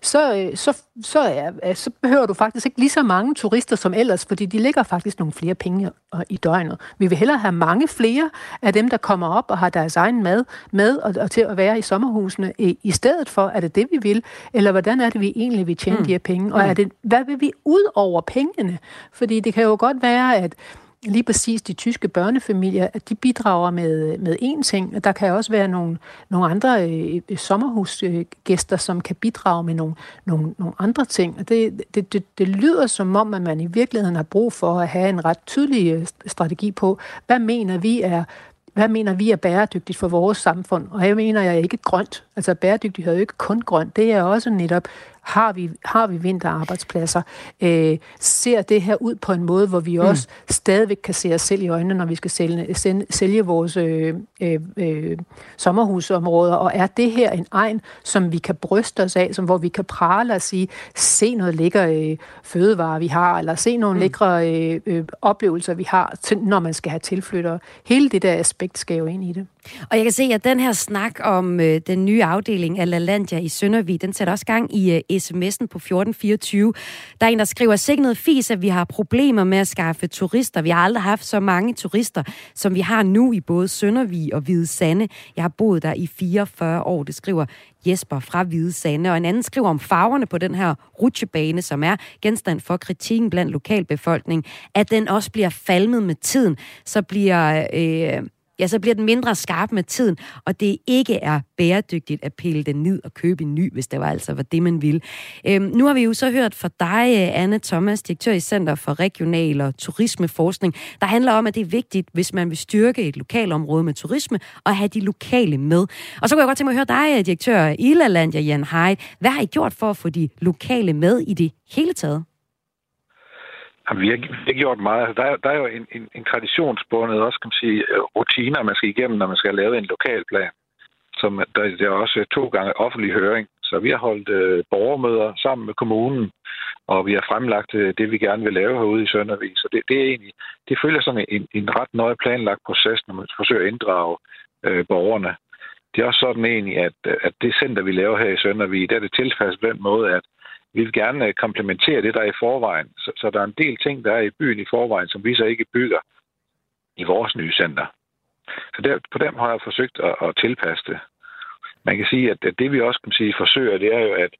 Så behøver du faktisk ikke lige så mange turister som ellers, fordi de ligger faktisk nogle flere penge i døgnet. Vi vil hellere have mange flere af dem, der kommer op og har deres egen mad med og til at være i sommerhusene, i stedet for, er det det, vi vil? Eller hvordan er det, vi egentlig vil tjene de her penge? Og hvad vil vi ud over pengene? Fordi det kan jo godt være, at lige præcis de tyske børnefamilier, at de bidrager med én ting. Der kan også være nogle andre sommerhusgæster, som kan bidrage med nogle andre ting. Og det lyder som om, at man i virkeligheden har brug for at have en ret tydelig strategi på, hvad mener vi er bæredygtigt for vores samfund? Og jeg mener, jeg er ikke grønt. Altså bæredygtighed er jo ikke kun grønt. Det er også netop, har vi vinterarbejdspladser? Ser det her ud på en måde, hvor vi også stadigvæk kan se os selv i øjnene, når vi skal sælge vores sommerhusområder? Og er det her en egn, som vi kan bryste os af, hvor vi kan prale og sige, se noget lækker fødevarer, vi har, eller se nogle lækre oplevelser, vi har, når man skal have tilflyttere. Hele det der aspekt skal jo ind i det. Og jeg kan se, at den her snak om den nye afdeling af LaLandia i Søndervig, den sætter også gang i sms'en på 1424. Der er en, der skriver, sikke noget fis, at vi har problemer med at skaffe turister. Vi har aldrig haft så mange turister, som vi har nu i både Søndervig og Hvide Sande. Jeg har boet der i 44 år, det skriver Jesper fra Hvide Sande. Og en anden skriver om farverne på den her rutsjebane, som er genstand for kritikken blandt lokalbefolkningen, at den også bliver falmet med tiden, så bliver den mindre skarp med tiden, og det ikke er bæredygtigt at pille den ned og købe en ny, hvis det var det, man ville. Nu har vi jo så hørt fra dig, Anne Thomas, direktør i Center for Regional og Turismeforskning, der handler om, at det er vigtigt, hvis man vil styrke et lokalområde med turisme, og have de lokale med. Og så kunne jeg godt tænke mig at høre dig, direktør i LaLandia, Jan Heid. Hvad har I gjort for at få de lokale med i det hele taget? Vi har gjort meget. Der er jo en traditionsbundet også, kan man sige, rutiner, man skal igennem, når man skal lave en lokalplan. Som der er også 2 gange offentlig høring. Så vi har holdt borgermøder sammen med kommunen, og vi har fremlagt det, vi gerne vil lave herude i Søndervig. Så det er egentlig, det følger sådan en ret nøje planlagt proces, når man forsøger at inddrage borgerne. Det er også sådan egentlig, at det center, vi laver her i Søndervig, der er det tilpasset på den måde, at vi vil gerne komplementere det, der er i forvejen. Så der er en del ting, der er i byen i forvejen, som vi så ikke bygger i vores nye center. Så på dem har jeg forsøgt at tilpasse det. Man kan sige, at det vi også kan sige forsøger, det er jo, at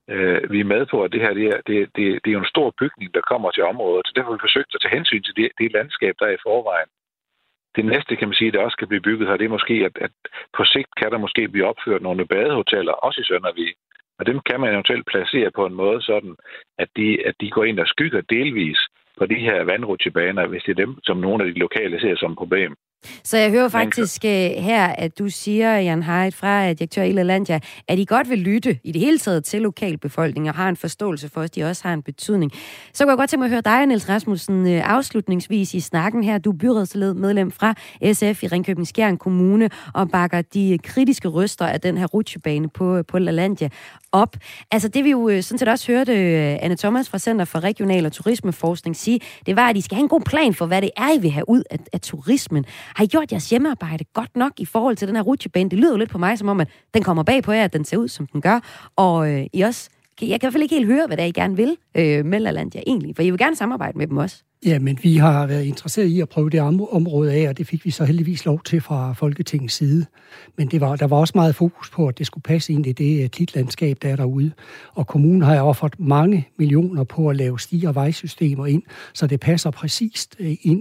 vi er med på, at det her det er jo en stor bygning, der kommer til området. Så derfor har vi forsøgt at tage hensyn til det landskab, der er i forvejen. Det næste, kan man sige, der også kan blive bygget her, det er måske, at på sigt kan der måske blive opført nogle badehoteller, også i Søndervig. Og dem kan man eventuelt placere på en måde sådan, at de går ind og skygger delvis på de her vandrutsjebaner, hvis det er dem, som nogle af de lokale ser som et problem. Så jeg hører faktisk her, at du siger, Jan Haidt fra direktør i Lalandia, at I godt vil lytte i det hele taget til lokalbefolkningen og har en forståelse for, at de også har en betydning. Så kunne jeg godt tænke mig at høre dig, Niels Rasmussen, afslutningsvis i snakken her. Du er byrådsmedlem fra SF i Ringkøbing-Skjern Kommune og bakker de kritiske røster af den her rutsjebane på Lalandia op. Altså det vi jo sådan set også hørte Anne Thomas fra Center for Regional og Turismeforskning sige, det var, at I skal have en god plan for, hvad det er, I vil have ud af turismen. Har I gjort jeres hjemmearbejde godt nok i forhold til den her rutsjebane? Det lyder jo lidt på mig, som om, at den kommer bag på jer, at den ser ud, som den gør. Og I også, jeg kan i hvert fald ikke helt høre, hvad det er, I gerne vil med Lalandia egentlig, for I vil gerne samarbejde med dem også. Ja, men vi har været interesseret i at prøve det område af, og det fik vi så heldigvis lov til fra Folketingets side. Men der var også meget fokus på, at det skulle passe ind i det klitlandskab, der er derude. Og kommunen har offret mange millioner på at lave stier og vejsystemer ind, så det passer præcist ind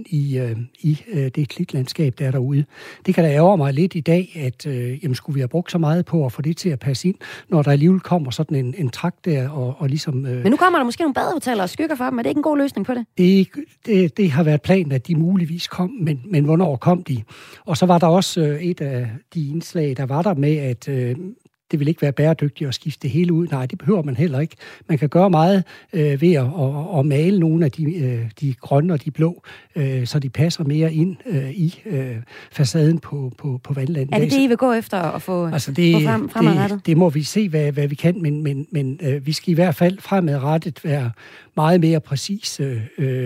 i det klitlandskab, der er derude. Det kan da ærge mig lidt i dag, at skulle vi have brugt så meget på at få det til at passe ind, når der alligevel kommer sådan en trakt der og ligesom... Men nu kommer der måske nogle badehoteller og skygger for dem. Er det ikke en god løsning på det? Det har været planen, at de muligvis kom, men hvornår kom de? Og så var der også et af de indslag, der var der med, at det vil ikke være bæredygtigt at skifte det hele ud. Nej, det behøver man heller ikke. Man kan gøre meget ved at male nogle af de grønne og de blå, så de passer mere ind i facaden på vandlandet. Er det det, I vil gå efter at få fremadrettet? Det må vi se, hvad vi kan, men vi skal i hvert fald fremadrettet være meget mere præcise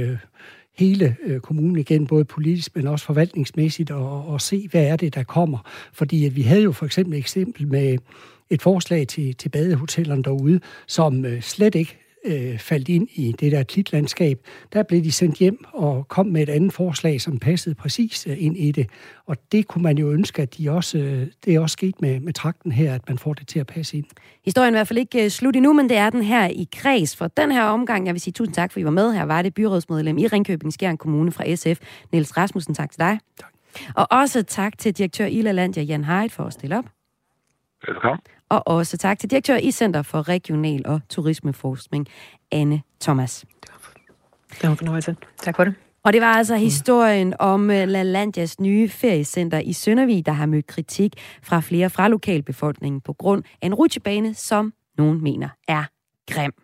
hele kommunen igen, både politisk, men også forvaltningsmæssigt, og se, hvad er det, der kommer. Fordi at vi havde jo for eksempel med et forslag til badehotellerne derude, som slet ikke faldt ind i det der klitlandskab. Der blev de sendt hjem og kom med et andet forslag, som passede præcis ind i det. Og det kunne man jo ønske, at det er også sket med trakten her, at man får det til at passe ind. Historien er i hvert fald ikke slut endnu, men det er den her i kreds for den her omgang. Jeg vil sige tusind tak, for I var med. Her var det byrådsmedlem i Ringkøbing-Skjern Kommune fra SF, Niels Rasmussen. Tak til dig. Tak. Og også tak til direktør i Lalandia, Jan Haidt, for at stille op. Velkommen. Og også tak til direktør i Center for Regional og Turismeforskning, Anne Thomas. Det var en fornøjelse. Tak for det. Og det var altså historien om Lalandias nye feriecenter i Søndervig, der har mødt kritik fra flere fra lokalbefolkningen på grund af en rutsjebane, som nogen mener er grim.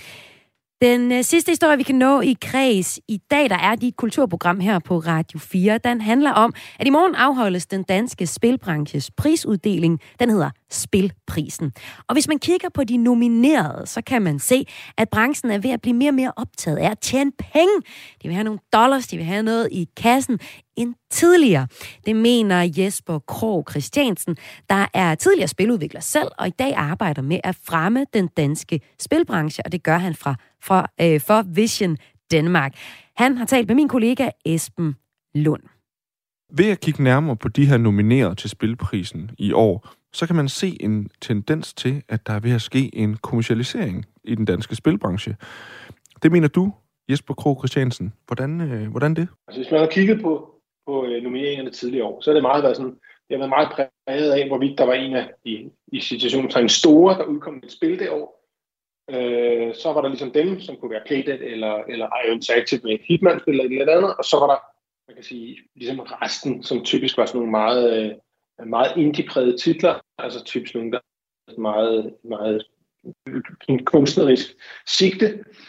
Den sidste historie, vi kan nå i kreds i dag, der er dit kulturprogram her på Radio 4. Den handler om, at i morgen afholdes den danske spilbranches prisuddeling. Den hedder Spilprisen. Og hvis man kigger på de nominerede, så kan man se, at branchen er ved at blive mere og mere optaget af at tjene penge. De vil have nogle dollars, de vil have noget i kassen end tidligere. Det mener Jesper Krog Christiansen, der er tidligere spiludvikler selv, og i dag arbejder med at fremme den danske spilbranche, og det gør han for Vision Danmark. Han har talt med min kollega Esben Lund. Ved at kigge nærmere på de her nomineret til Spilprisen i år, så kan man se en tendens til, at der er ved at ske en kommercialisering i den danske spilbranche. Det mener du, Jesper Krog Christiansen. Hvordan det? Altså, hvis man har kigget på nomineringerne tidligere år, så har det været meget præget af, hvorvidt der var en af i situationen store, der udkom et spil det år. Så var der ligesom dem, som kunne være Playdead eller Iron Interactive med et Hitman-spil eller et eller andet, og så var der, man kan sige, ligesom resten, som typisk var sådan nogle meget indie-prægede titler, altså typisk nogle, der meget kunstnerisk sigte.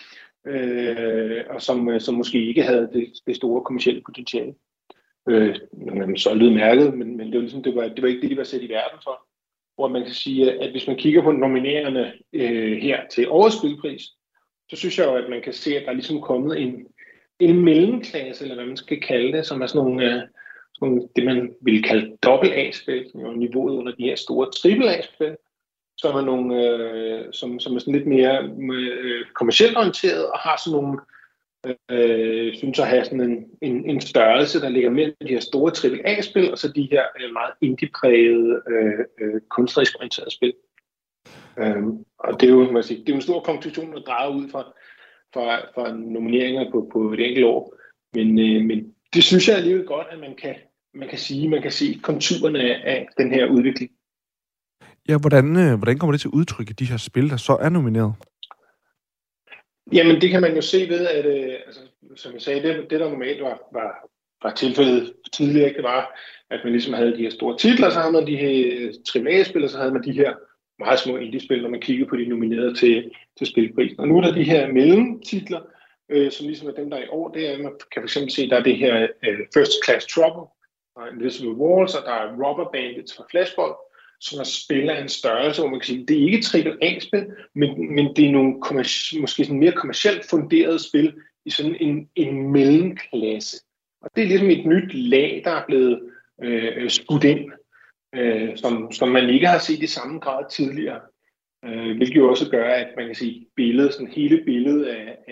og som måske ikke havde det store kommercielle potentiale. Man solgte mærket, men det var ligesom, det var ikke det, de var sat i verden for. Hvor man kan sige, at hvis man kigger på nomineringerne her til årets spilpris, så synes jeg jo, at man kan se, at der er ligesom kommet en mellemklasse, eller hvad man skal kalde det, som er sådan nogle det man ville kalde dobbelt-A-spil, som er niveauet under de her store triple-A-spil, som er nogle, som er sådan lidt mere kommercielt orienteret, og har sådan nogle, synes at have sådan en størrelse, der ligger mellem de her store AAA-spil, og så de her meget indie-prægede, kunstnerisk orienterede spil. Og det er jo, det er jo en stor konklusion, der drejer ud fra nomineringer på et enkelt år. Men det synes jeg alligevel godt, at man kan se konturerne af den her udvikling. Ja, hvordan kommer det til udtryk i de her spil, der så er nomineret? Jamen, det kan man jo se ved, at som jeg sagde, det der normalt var tilfældet tidligere, det var, at man ligesom havde de her store titler, så havde man de her AAA-spil, og så havde man de her meget små indie-spil, når man kiggede på de nominerede til spilprisen. Og nu er der de her mellemtitler, som ligesom er dem, der er i år. Det er, man kan fx se, der er det her First Class Trouble, der er Invisible Walls, og der er Rubber Bandits fra Flashball, som er spil af en størrelse, hvor man kan sige, det er ikke et AAA-spil, men det er nogle måske sådan mere kommercielt funderede spil i sådan en mellemklasse. Og det er ligesom et nyt lag, der er blevet skudt ind, som man ikke har set i samme grad tidligere. Hvilket jo også gør, at man kan sige, hele billedet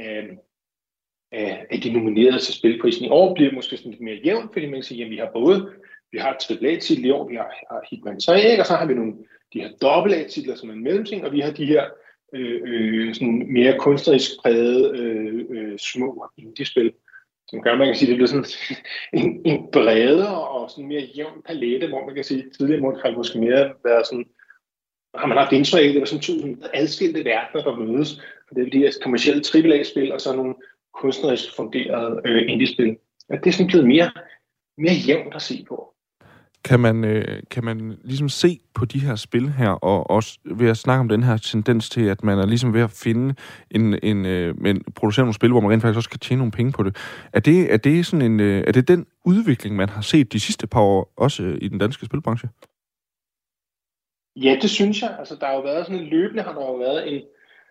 af de nominerede til spilprisen i år bliver måske sådan lidt mere jævnt, fordi man kan sige, at vi har AAA-titler i år, vi har Hitman 3, og så har vi de her AA-titler som en mellemting, og vi har de her sådan mere kunstnerisk prægede små indie-spil, som gør, man kan sige, det bliver sådan en bredere og sådan mere jævn palette, hvor man kan sige, tidligere har måske mere været sådan, har man haft indtryk af, det var sådan to adskilte verdener, der mødes, for det er de her kommercielle AAA-spil, og så nogle kunstnerisk funderede indie-spil. Og det er sådan blevet mere jævnt at se på. Kan man ligesom se på de her spil her, og også ved at snakke om den her tendens til, at man er ligesom ved at finde producere nogle spil, hvor man rent faktisk også kan tjene nogle penge på det. Er det den udvikling, man har set de sidste par år, også i den danske spilbranche? Ja, det synes jeg. Altså, der har jo været sådan løbende, har der jo været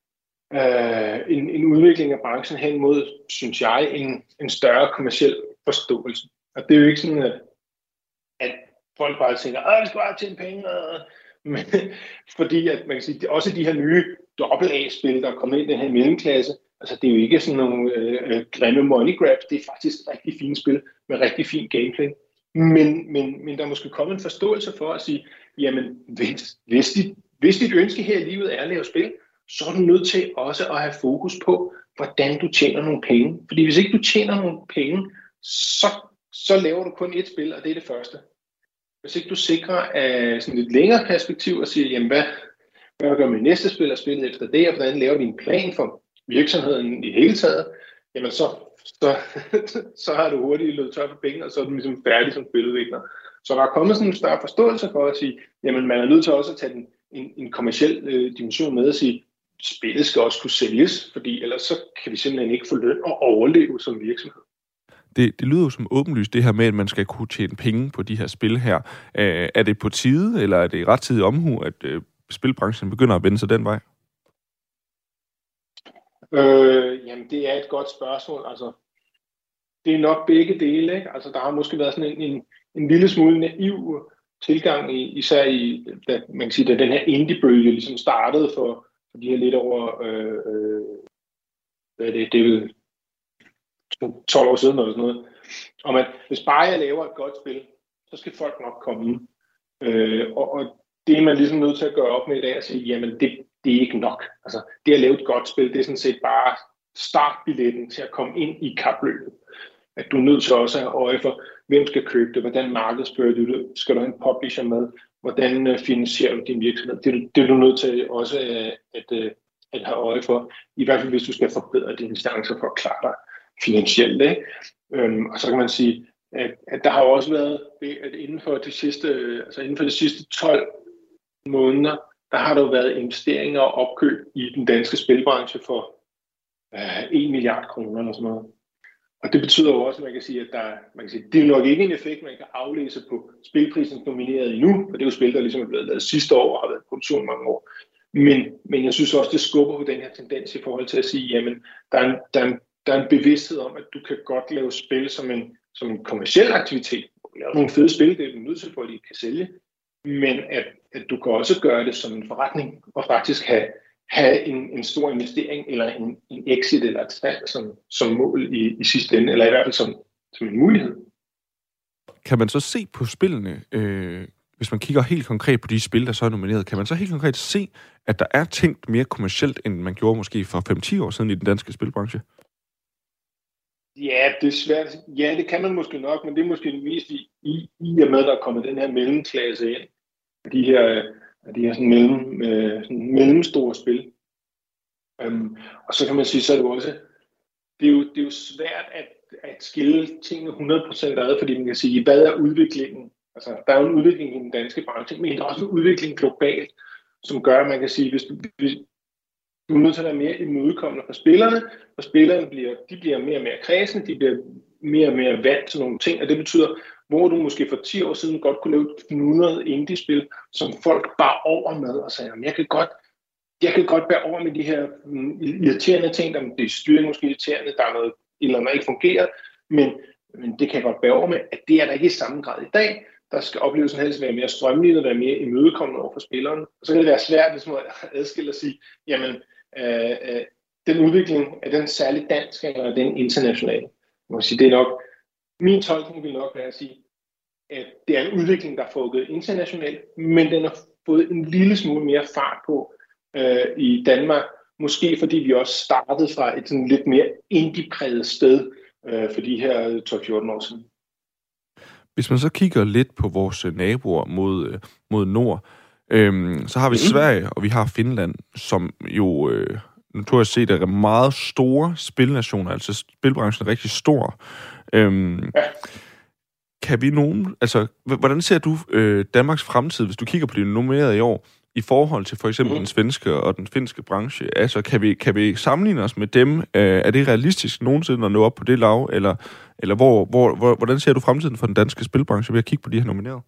en udvikling af branchen hen mod, synes jeg, en større kommerciel forståelse. Og det er jo ikke sådan, at folk bare tænker, vi skal bare tjene penge. Men, fordi at man kan sige, også de her nye AA-spil, der er kommet ind i den her mellemklasse, altså det er jo ikke sådan nogle grimme money grabs, det er faktisk rigtig fine spil med rigtig fin gameplay. Men der er måske kommet en forståelse for at sige, jamen hvis dit ønske her i livet er at lave spil, så er du nødt til også at have fokus på, hvordan du tjener nogle penge. Fordi hvis ikke du tjener nogle penge, så laver du kun et spil, og det er det første. Hvis ikke du sikrer sådan et længere perspektiv og siger, jamen hvad gør med næste spil og spillet efter det, og hvordan laver vi en plan for virksomheden i hele taget, jamen så har du hurtigt løbet tør for penge, og så er du ligesom færdig som spiludvikler. Så der er kommet sådan en større forståelse for at sige, jamen man er nødt til også at tage en kommerciel dimension med og sige, spillet skal også kunne sælges, fordi ellers så kan vi simpelthen ikke få løn og overleve som virksomhed. Det lyder jo som åbenlyst, det her med, at man skal kunne tjene penge på de her spil her. Er det på tide, eller er det rettidig omhu, at spilbranchen begynder at vende sig den vej? Jamen, det er et godt spørgsmål. Altså, det er nok begge dele, ikke? Altså, der har måske været sådan en lille smule naiv tilgang, især da den her indie-bølge ligesom startede for de her lidt over, det er vel 12 år siden eller sådan noget, om at hvis bare jeg laver et godt spil, så skal folk nok komme. Og det er man ligesom nødt til at gøre op med i dag og sige, jamen det er ikke nok. Altså det at lave et godt spil, det er sådan set bare startbilletten til at komme ind i kapløbet. At du er nødt til også at have øje for, hvem skal købe det, hvordan markedsfører du det, skal du have en publisher med, hvordan finansierer du din virksomhed. Det er du nødt til også at have øje for, i hvert fald hvis du skal forbedre dine chancer for at klare dig finansielt. Ikke? Og så kan man sige, at der har også været, at inden for de sidste 12 måneder, der har der jo været investeringer og opkøb i den danske spilbranche for 1 milliard kroner eller sådan noget. Og det betyder jo også, at man kan sige, at det er nok ikke en effekt, man kan aflæse på spilprisen nomineret endnu, for det er jo spil, der ligesom er blevet lavet sidste år og har været i produktion mange år. Men jeg synes også, det skubber på den her tendens i forhold til at sige, jamen, der er en bevidsthed om, at du kan godt lave spil som en kommerciel aktivitet. Du kan lave nogle fede spil, det er du nødt til, for at de kan sælge, men at du kan også gøre det som en forretning og faktisk have en stor investering eller en exit eller et salg som mål i sidste ende, eller i hvert fald som en mulighed. Kan man så se på spillene, hvis man kigger helt konkret på de spil, der så er nomineret, kan man så helt konkret se, at der er tænkt mere kommercielt, end man gjorde måske for 5-10 år siden i den danske spilbranche? Ja, det er svært. Ja, det kan man måske nok, men det er måske mest i og med, der er kommet den her mellemklasse ind. De her sådan mellemstore spil. Og så kan man sige, så er det jo også, det er jo svært at skille tingene 100% ad, fordi man kan sige, hvad er udviklingen? Altså, der er jo en udvikling i den danske branche, men der er også en udvikling globalt, som gør, at man kan sige, hvis du er nødt til at være mere imødekommende for spillerne, og spillerne bliver mere og mere kredsende, de bliver mere og mere vant til nogle ting, og det betyder, hvor du måske for 10 år siden godt kunne lave 100 indie-spil, som folk bare over med og sagde, jeg kan godt bære over med de her irriterende ting, der det er styring måske irriterende, der er noget eller andet, der ikke fungerer, men det kan jeg godt bære over med, at det er der ikke i samme grad i dag. Der skal oplevelsen helst være mere strømlignet, være mere imødekommende over for spilleren. Og så kan det være svært ligesom at adskille og sige, jamen, den udvikling, er den særligt dansk, eller er den international? Man kan sige, det er nok, min tolkning vil nok være at sige, at det er en udvikling, der er foregået internationalt, men den har fået en lille smule mere fart på i Danmark. Måske fordi vi også startede fra et sådan lidt mere indie-præget sted for de her 12-14 år siden. Hvis man så kigger lidt på vores naboer mod nord, så har vi Sverige, og vi har Finland, som jo notorisk set er meget store spilnationer, altså spilbranchen er rigtig stor. Kan vi hvordan ser du Danmarks fremtid, hvis du kigger på det nummererede i år, i forhold til for eksempel den svenske og den finske branche? Altså, kan vi sammenligne os med dem? Er det realistisk nogensinde at nå op på det lav? Eller hvordan ser du fremtiden for den danske spilbranche ved at kigge på de her nominerede?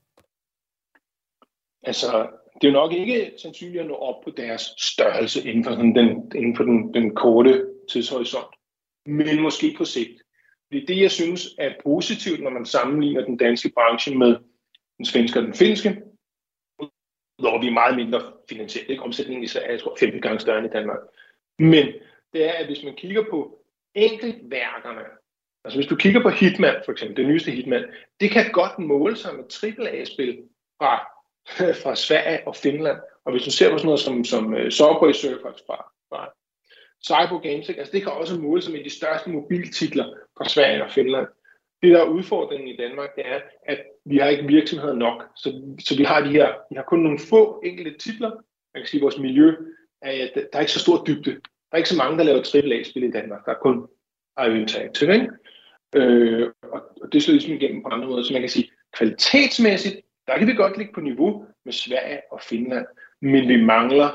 Altså, det er jo nok ikke sandsynligt at nå op på deres størrelse inden for den korte tidshorisont, men måske på sigt. Det jeg synes er positivt, når man sammenligner den danske branche med den svenske og den finske, hvor vi er meget mindre finansielt. Ikke? Omsætningen i Sverige er 15 gange større end i Danmark. Men det er, at hvis man kigger på enkeltværkerne, altså hvis du kigger på Hitman, for eksempel, det nyeste Hitman, det kan godt måle sig med AAA-spil fra Sverige og Finland. Og hvis du ser på sådan noget som Subway Surfers fra Cyber Games, altså det kan også måle sig med de største mobiltitler fra Sverige og Finland. Det, der er udfordringen i Danmark, det er, at vi har ikke virksomheder nok. Så vi har kun nogle få enkelte titler. Man kan sige, at vores miljø der er ikke så stor dybde. Der er ikke så mange, der laver AAA-spil i Danmark. Der er kun IO Interactive, ikke? Og det slår ligesom igennem på andre måder. Så man kan sige, kvalitetsmæssigt, der kan vi godt ligge på niveau med Sverige og Finland. Men vi mangler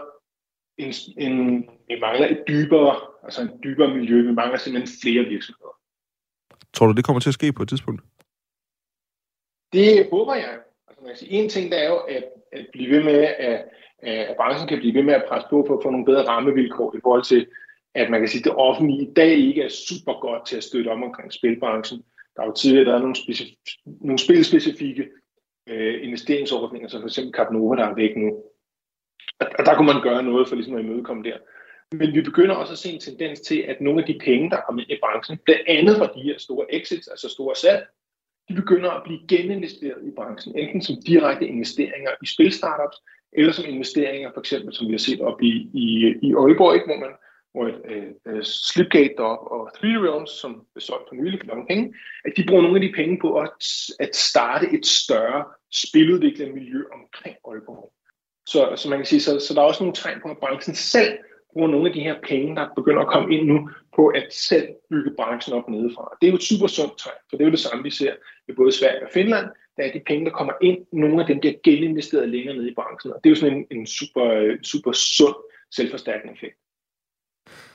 et dybere miljø. Vi mangler simpelthen flere virksomheder. Tror du, det kommer til at ske på et tidspunkt? Det håber jeg. Altså, man kan sige, en ting der er jo at blive ved med, at branchen kan blive ved med at presse på for at få nogle bedre rammevilkår i forhold til, at man kan sige, at det offentlige i dag ikke er super godt til at støtte omkring spilbranchen. Der er jo tidligere der er nogle spilspecifikke investeringsordninger, som f.eks. Capnova, der er væk nu. Og der kunne man gøre noget for ligesom at imødekomme der. Men vi begynder også at se en tendens til, at nogle af de penge, der er kommet ind i branchen, blandt andet fra de her store exits, altså store salg, de begynder at blive geninvesteret i branchen, enten som direkte investeringer i spilstartups, eller som investeringer, for eksempel, som vi har set op i Aalborg, ikke, hvor et Slipgate deroppe og 3 Realms, som blev solgt for nylig for mange penge, at de bruger nogle af de penge på at starte et større spiludviklermiljø omkring Aalborg. Så man kan sige, så der er også nogle tegn på, at branchen selv bruger nogle af de her penge, der begynder at komme ind nu, på at selv bygge branchen op nedefra. Det er jo et super sundt tegn, for det er jo det samme, vi ser i både Sverige og Finland. Der er de penge, der kommer ind, nogle af dem bliver geninvesteret længere nede i branchen, og det er jo sådan en super sund selvforstærkende effekt.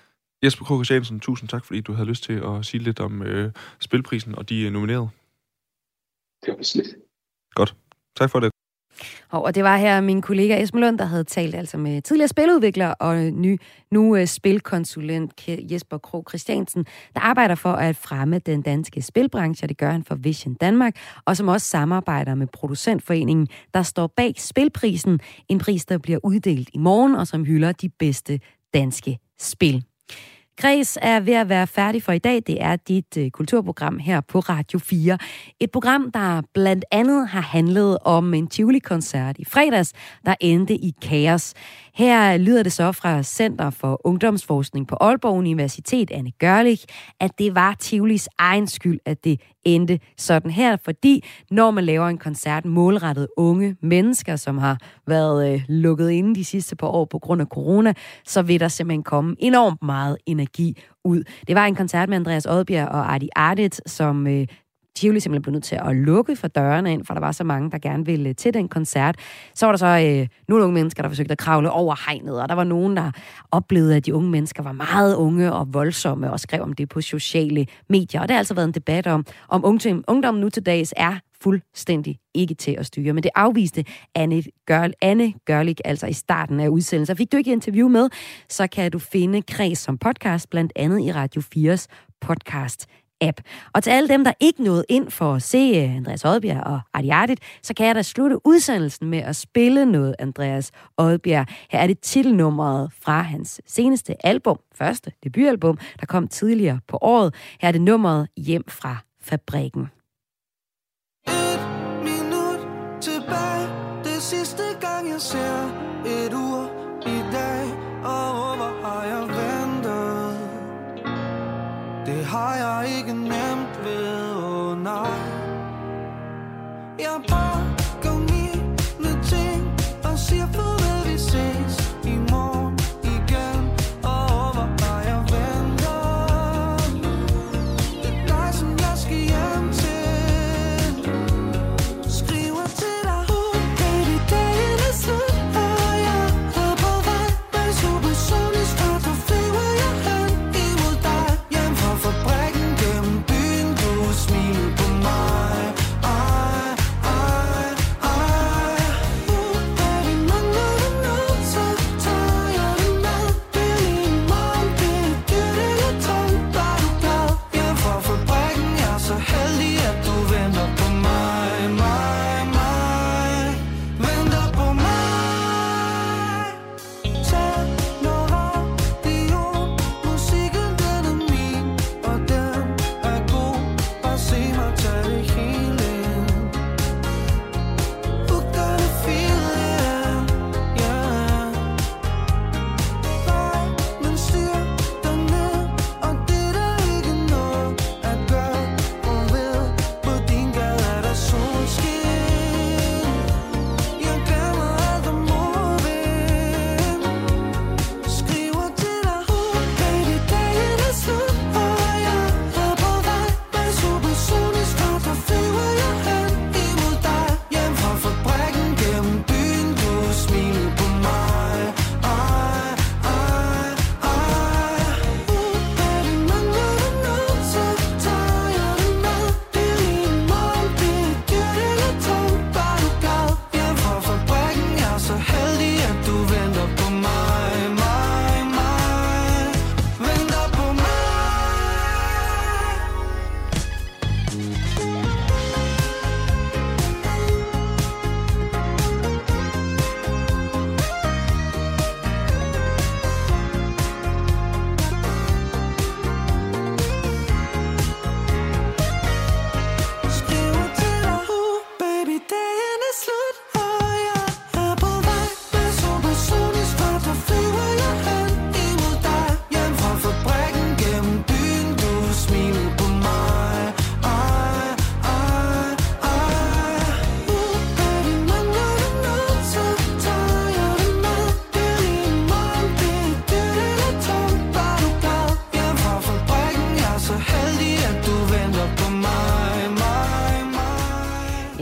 Jesper Krog Christiansen, tusind tak, fordi du havde lyst til at sige lidt om spilprisen og de nominerede. Det var slet. Godt. Tak for det. Og det var her min kollega Esben Lund, der havde talt altså med tidligere spiludvikler og nu spilkonsulent Jesper Krog Christiansen, der arbejder for at fremme den danske spilbranche. Det gør han for Vision Danmark, og som også samarbejder med Producentforeningen, der står bag spilprisen. En pris, der bliver uddelt i morgen, og som hylder de bedste danske spil. Kreds er ved at være færdig for i dag. Det er dit kulturprogram her på Radio 4. Et program, der blandt andet har handlet om en Tivoli-koncert i fredags, der endte i kaos. Her lyder det så fra Center for Ungdomsforskning på Aalborg Universitet, Anne Gørlich, at det var Tivolis egen skyld, at det endte sådan her, fordi når man laver en koncert målrettet unge mennesker, som har været lukket inde de sidste par år på grund af corona, så vil der simpelthen komme enormt meget energi ud. Det var en koncert med Andreas Odbjerg og Adi Ardet, som Tivoli simpelthen blev nødt til at lukke for dørene ind, for der var så mange, der gerne ville til den koncert. Så var der så nogle unge mennesker, der forsøgte at kravle over hegnet, og der var nogen, der oplevede, at de unge mennesker var meget unge og voldsomme, og skrev om det på sociale medier. Og det har altså været en debat om ungdommen nu til dags er fuldstændig ikke til at styre. Men det afviste Anne Gørlich altså i starten af udsendelsen. Fik du ikke interview med, så kan du finde Kreds som podcast, blandt andet i Radio 4's podcast-app. Og til alle dem, der ikke nåede ind for at se Andreas Odbjerg og Adi Ardet, så kan jeg da slutte udsendelsen med at spille noget Andreas Odbjerg. Her er det titelnummeret fra hans seneste album, første debutalbum, der kom tidligere på året. Her er det nummeret Hjem fra fabrikken. Sidste gang jeg ser et ur i dag, og hvor har jeg ventet? Det har jeg ikke nemt ved, nej. Jeg bare går mine ting og siger farvel, vi ses i morgen igen, og hvor har jeg ventet? Det er dig, som jeg skal hjem til. Skriver til dig.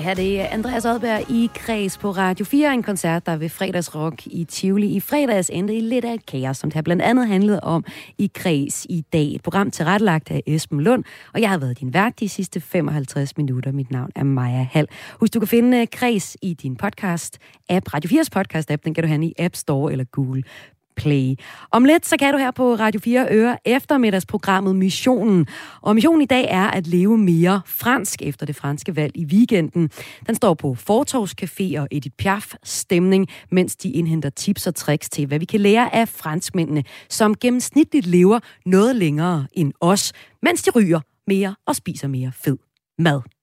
skal have det. Andreas Odberg i Kreds på Radio 4, en koncert, der ved fredagsrock i Tivoli i fredags endte i lidt af et kaos, som det har blandt andet handlet om i Kreds i dag. Et program tilrettelagt af Esben Lund, og jeg har været din vært de sidste 55 minutter. Mit navn er Maja Hall. Husk, du kan finde Kreds i din podcast-app. Radio 4's podcast-app, den kan du have i App Store eller Google Play. Om lidt, så kan du her på Radio 4 høre eftermiddagsprogrammet Missionen. Og missionen i dag er at leve mere fransk efter det franske valg i weekenden. Den står på Fortovscafé og Edith Piaf stemning, mens de indhenter tips og tricks til, hvad vi kan lære af franskmændene, som gennemsnitligt lever noget længere end os, mens de ryger mere og spiser mere fed mad.